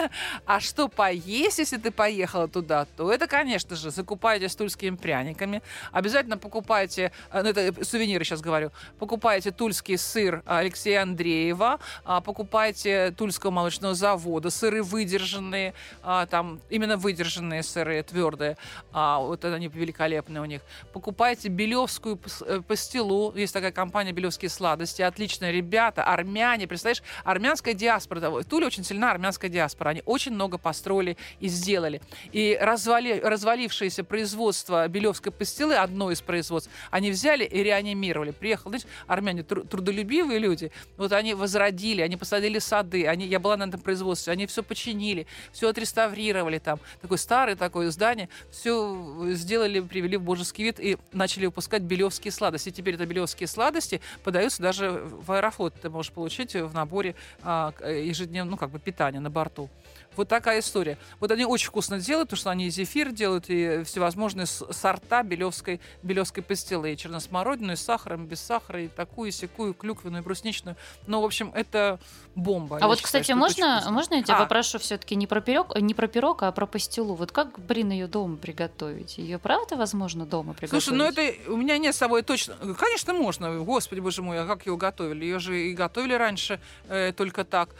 [SPEAKER 3] А что поесть, если ты поехала туда, то это, конечно же, закупайтесь тульскими пряниками. Обязательно покупайте, ну, это сувениры сейчас говорю, покупайте тульский сыр Алексея Андреева, покупайте Тульского молочного завода, сыры выдержанные, там именно выдержанные сыры, твердые, вот они великолепные у них. Покупайте белевскую пастилу, есть такая компания «Белевские сладости», отличные ребята, армяне, представляешь, армянская диаспора, в Туле очень сильна армянская диаспора, они очень много построили и сделали. И развали, развалившееся производство белевской пастилы, одно из производств, они взяли и реанимировали. Приехал, знаете, армяне тру- трудолюбивые люди, вот они возродили, они посадили сады, они, я была на этом производстве, они все починили, все отреставрировали там, такое старое такое здание, все сделали, привели в божеский вид и начали выпускать белевские сладости. И теперь это белевские сладости подаются даже в Аэрофлот, ты можешь получить в наборе а, ежедневно, ну, как бы питания на борту. Вот такая история. Вот они очень вкусно делают, потому что они и зефир делают, и всевозможные сорта белевской, белевской пастилы. И черносмородину, и с сахаром, без сахара, и такую, и сякую, клюквенную, и брусничную. Ну, в общем, это бомба.
[SPEAKER 2] А вот, считаю, кстати, можно, можно я тебя
[SPEAKER 3] а.
[SPEAKER 2] попрошу все-таки не про пирог, не про пирог, а про пастилу? Вот как, блин, ее дома приготовить? Ее правда возможно дома приготовить?
[SPEAKER 3] Слушай, ну это у меня нет с собой точно. Конечно, можно. Господи, боже мой, а как ее готовили? Ее же и готовили раньше э, только так.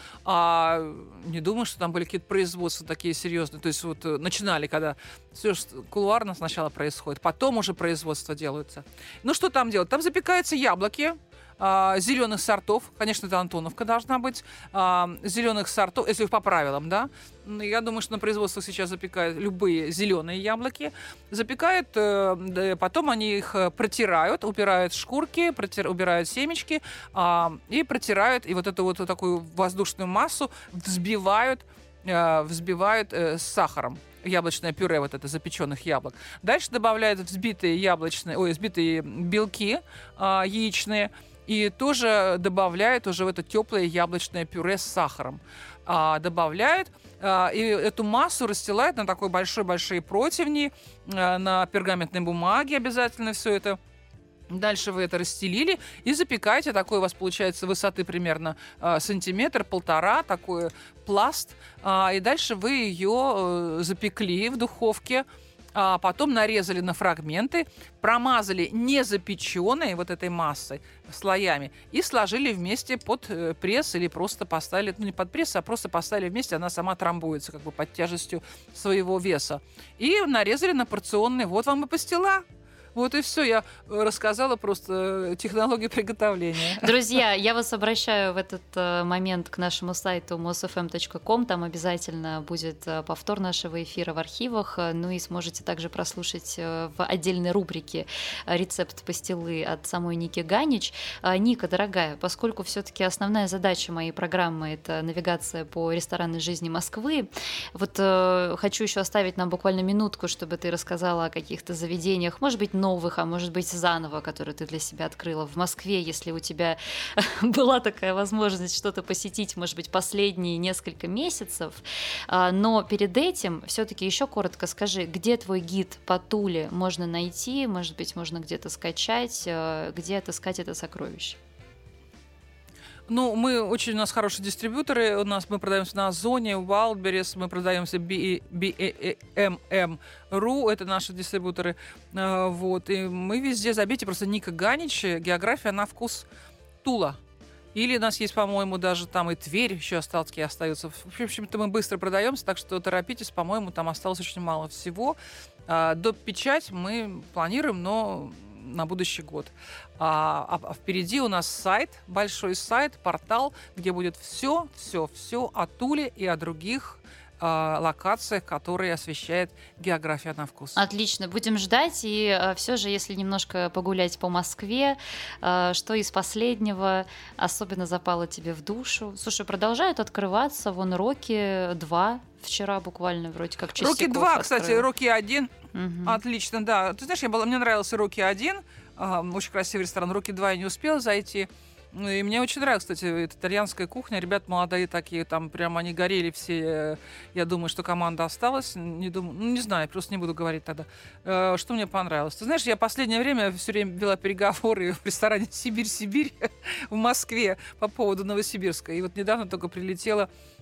[SPEAKER 3] А не думаю, что там были какие-то производства такие серьезные. То есть вот начинали, когда все кулуарно сначала происходит, потом уже производства делаются. Ну что там делать? Там запекаются яблоки а, зеленых сортов. Конечно, это Антоновка должна быть. А, зеленых сортов, если по правилам, да. Я думаю, что на производствах сейчас запекают любые зеленые яблоки. Запекают, э, потом они их протирают, убирают шкурки, протир, убирают семечки э, и протирают. И вот эту вот такую воздушную массу взбивают, э, взбивают э, с сахаром. Яблочное пюре, вот это запеченных яблок. Дальше добавляют взбитые яблочные, ой, взбитые белки э, яичные. И тоже добавляют уже в это теплое яблочное пюре с сахаром. А, добавляют, а, и эту массу расстилают на такой большой-большой противни, а, на пергаментной бумаге обязательно все это. Дальше вы это расстелили и запекаете. Такой у вас получается высоты примерно а, сантиметр, полтора, такой пласт. А, и дальше вы ее а, запекли в духовке. А потом нарезали на фрагменты, промазали незапеченной вот этой массой слоями и сложили вместе под пресс или просто поставили, ну не под пресс, а просто поставили вместе, она сама трамбуется как бы под тяжестью своего веса. И нарезали на порционные. Вот вам и пастила. Вот и все. Я рассказала просто технологию приготовления.
[SPEAKER 2] Друзья, я вас обращаю в этот э, момент к нашему сайту мос эф эм точка ком. Там обязательно будет э, повтор нашего эфира в архивах. Ну и сможете также прослушать э, в отдельной рубрике рецепт пастилы от самой Ники Ганич. Э, Ника, дорогая, поскольку все-таки основная задача моей программы — это навигация по ресторанной жизни Москвы, вот э, хочу еще оставить нам буквально минутку, чтобы ты рассказала о каких-то заведениях, может быть, новых, а может быть, заново, которые ты для себя открыла в Москве, если у тебя была такая возможность что-то посетить, может быть, последние несколько месяцев. Но перед этим все-таки еще коротко скажи, где твой гид по Туле можно найти, может быть, можно где-то скачать, где отыскать это сокровище?
[SPEAKER 3] Ну, мы очень, у нас хорошие дистрибьюторы, у нас мы продаемся на Озоне, Wildberries, мы продаемся би эм эм точка ру, это наши дистрибьюторы, вот, и мы везде, забейте просто Ника Ганич, география на вкус Тула. Или у нас есть, по-моему, даже там и Тверь еще осталось, остаются. В общем-то, мы быстро продаемся, так что торопитесь, по-моему, там осталось очень мало всего. До печать мы планируем, но на будущий год. А, а впереди у нас сайт, большой сайт, портал, где будет все, все, все о Туле и о других а, локациях, которые освещает география на вкус.
[SPEAKER 2] Отлично, будем ждать. И а, все же, если немножко погулять по Москве, а, что из последнего особенно запало тебе в душу? Слушай, продолжают открываться, вон Рокки два вчера буквально вроде как Чистяков
[SPEAKER 3] Рокки два,
[SPEAKER 2] открыл.
[SPEAKER 3] кстати, Рокки один.
[SPEAKER 2] Угу.
[SPEAKER 3] Отлично, да. Ты знаешь, я была, мне нравился Рокки один, э, очень красивый ресторан. Рокки два я не успела зайти. И мне очень нравилась, кстати, эта итальянская кухня. Ребята молодые такие, там прям они горели все. Я думаю, что команда осталась. Не думаю, ну, не знаю, просто не буду говорить тогда. Э, что мне понравилось? Ты знаешь, я в последнее время все время вела переговоры в ресторане «Сибирь-Сибирь» в Москве по поводу Новосибирска. И вот недавно только прилетела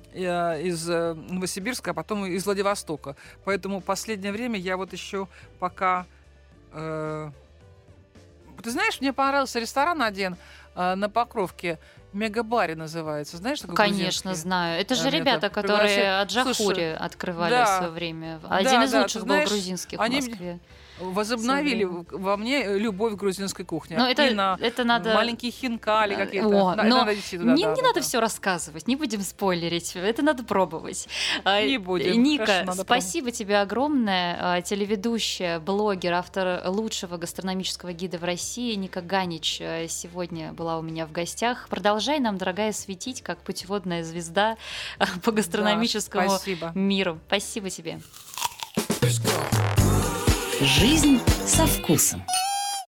[SPEAKER 3] э, из э, Новосибирска, а потом из Владивостока. Поэтому последнее время я вот еще пока... Э, ты знаешь, мне понравился ресторан один э, на Покровке. Мегабари называется. Знаешь, такой
[SPEAKER 2] Конечно,
[SPEAKER 3] грузинский?
[SPEAKER 2] знаю. Это же
[SPEAKER 3] Э,
[SPEAKER 2] ребята,
[SPEAKER 3] это
[SPEAKER 2] которые
[SPEAKER 3] превращает-
[SPEAKER 2] от Джахури
[SPEAKER 3] Слушай,
[SPEAKER 2] открывали
[SPEAKER 3] да.
[SPEAKER 2] в свое время. Один
[SPEAKER 3] Да,
[SPEAKER 2] из
[SPEAKER 3] да,
[SPEAKER 2] лучших
[SPEAKER 3] ты
[SPEAKER 2] был
[SPEAKER 3] знаешь,
[SPEAKER 2] грузинских
[SPEAKER 3] они
[SPEAKER 2] в Москве.
[SPEAKER 3] Возобновили
[SPEAKER 2] время.
[SPEAKER 3] во мне любовь к грузинской кухне.
[SPEAKER 2] Но это,
[SPEAKER 3] И на
[SPEAKER 2] это надо...
[SPEAKER 3] маленькие хинкали
[SPEAKER 2] Э,
[SPEAKER 3] какие-то.
[SPEAKER 2] о,
[SPEAKER 3] Да,
[SPEAKER 2] но
[SPEAKER 3] надо идти туда,
[SPEAKER 2] не,
[SPEAKER 3] да,
[SPEAKER 2] не
[SPEAKER 3] да,
[SPEAKER 2] надо
[SPEAKER 3] да.
[SPEAKER 2] все рассказывать, не будем спойлерить, это надо пробовать. А,
[SPEAKER 3] Не будем.
[SPEAKER 2] Ника,
[SPEAKER 3] Хорошо, надо
[SPEAKER 2] спасибо тебе огромное. А, Телеведущая, блогер, автор лучшего гастрономического гида в России Ника Ганич а, сегодня была у меня в гостях. Продолжай нам, дорогая, светить, как путеводная звезда а, по гастрономическому
[SPEAKER 3] Да, спасибо.
[SPEAKER 2] миру. Спасибо тебе.
[SPEAKER 1] Жизнь со вкусом.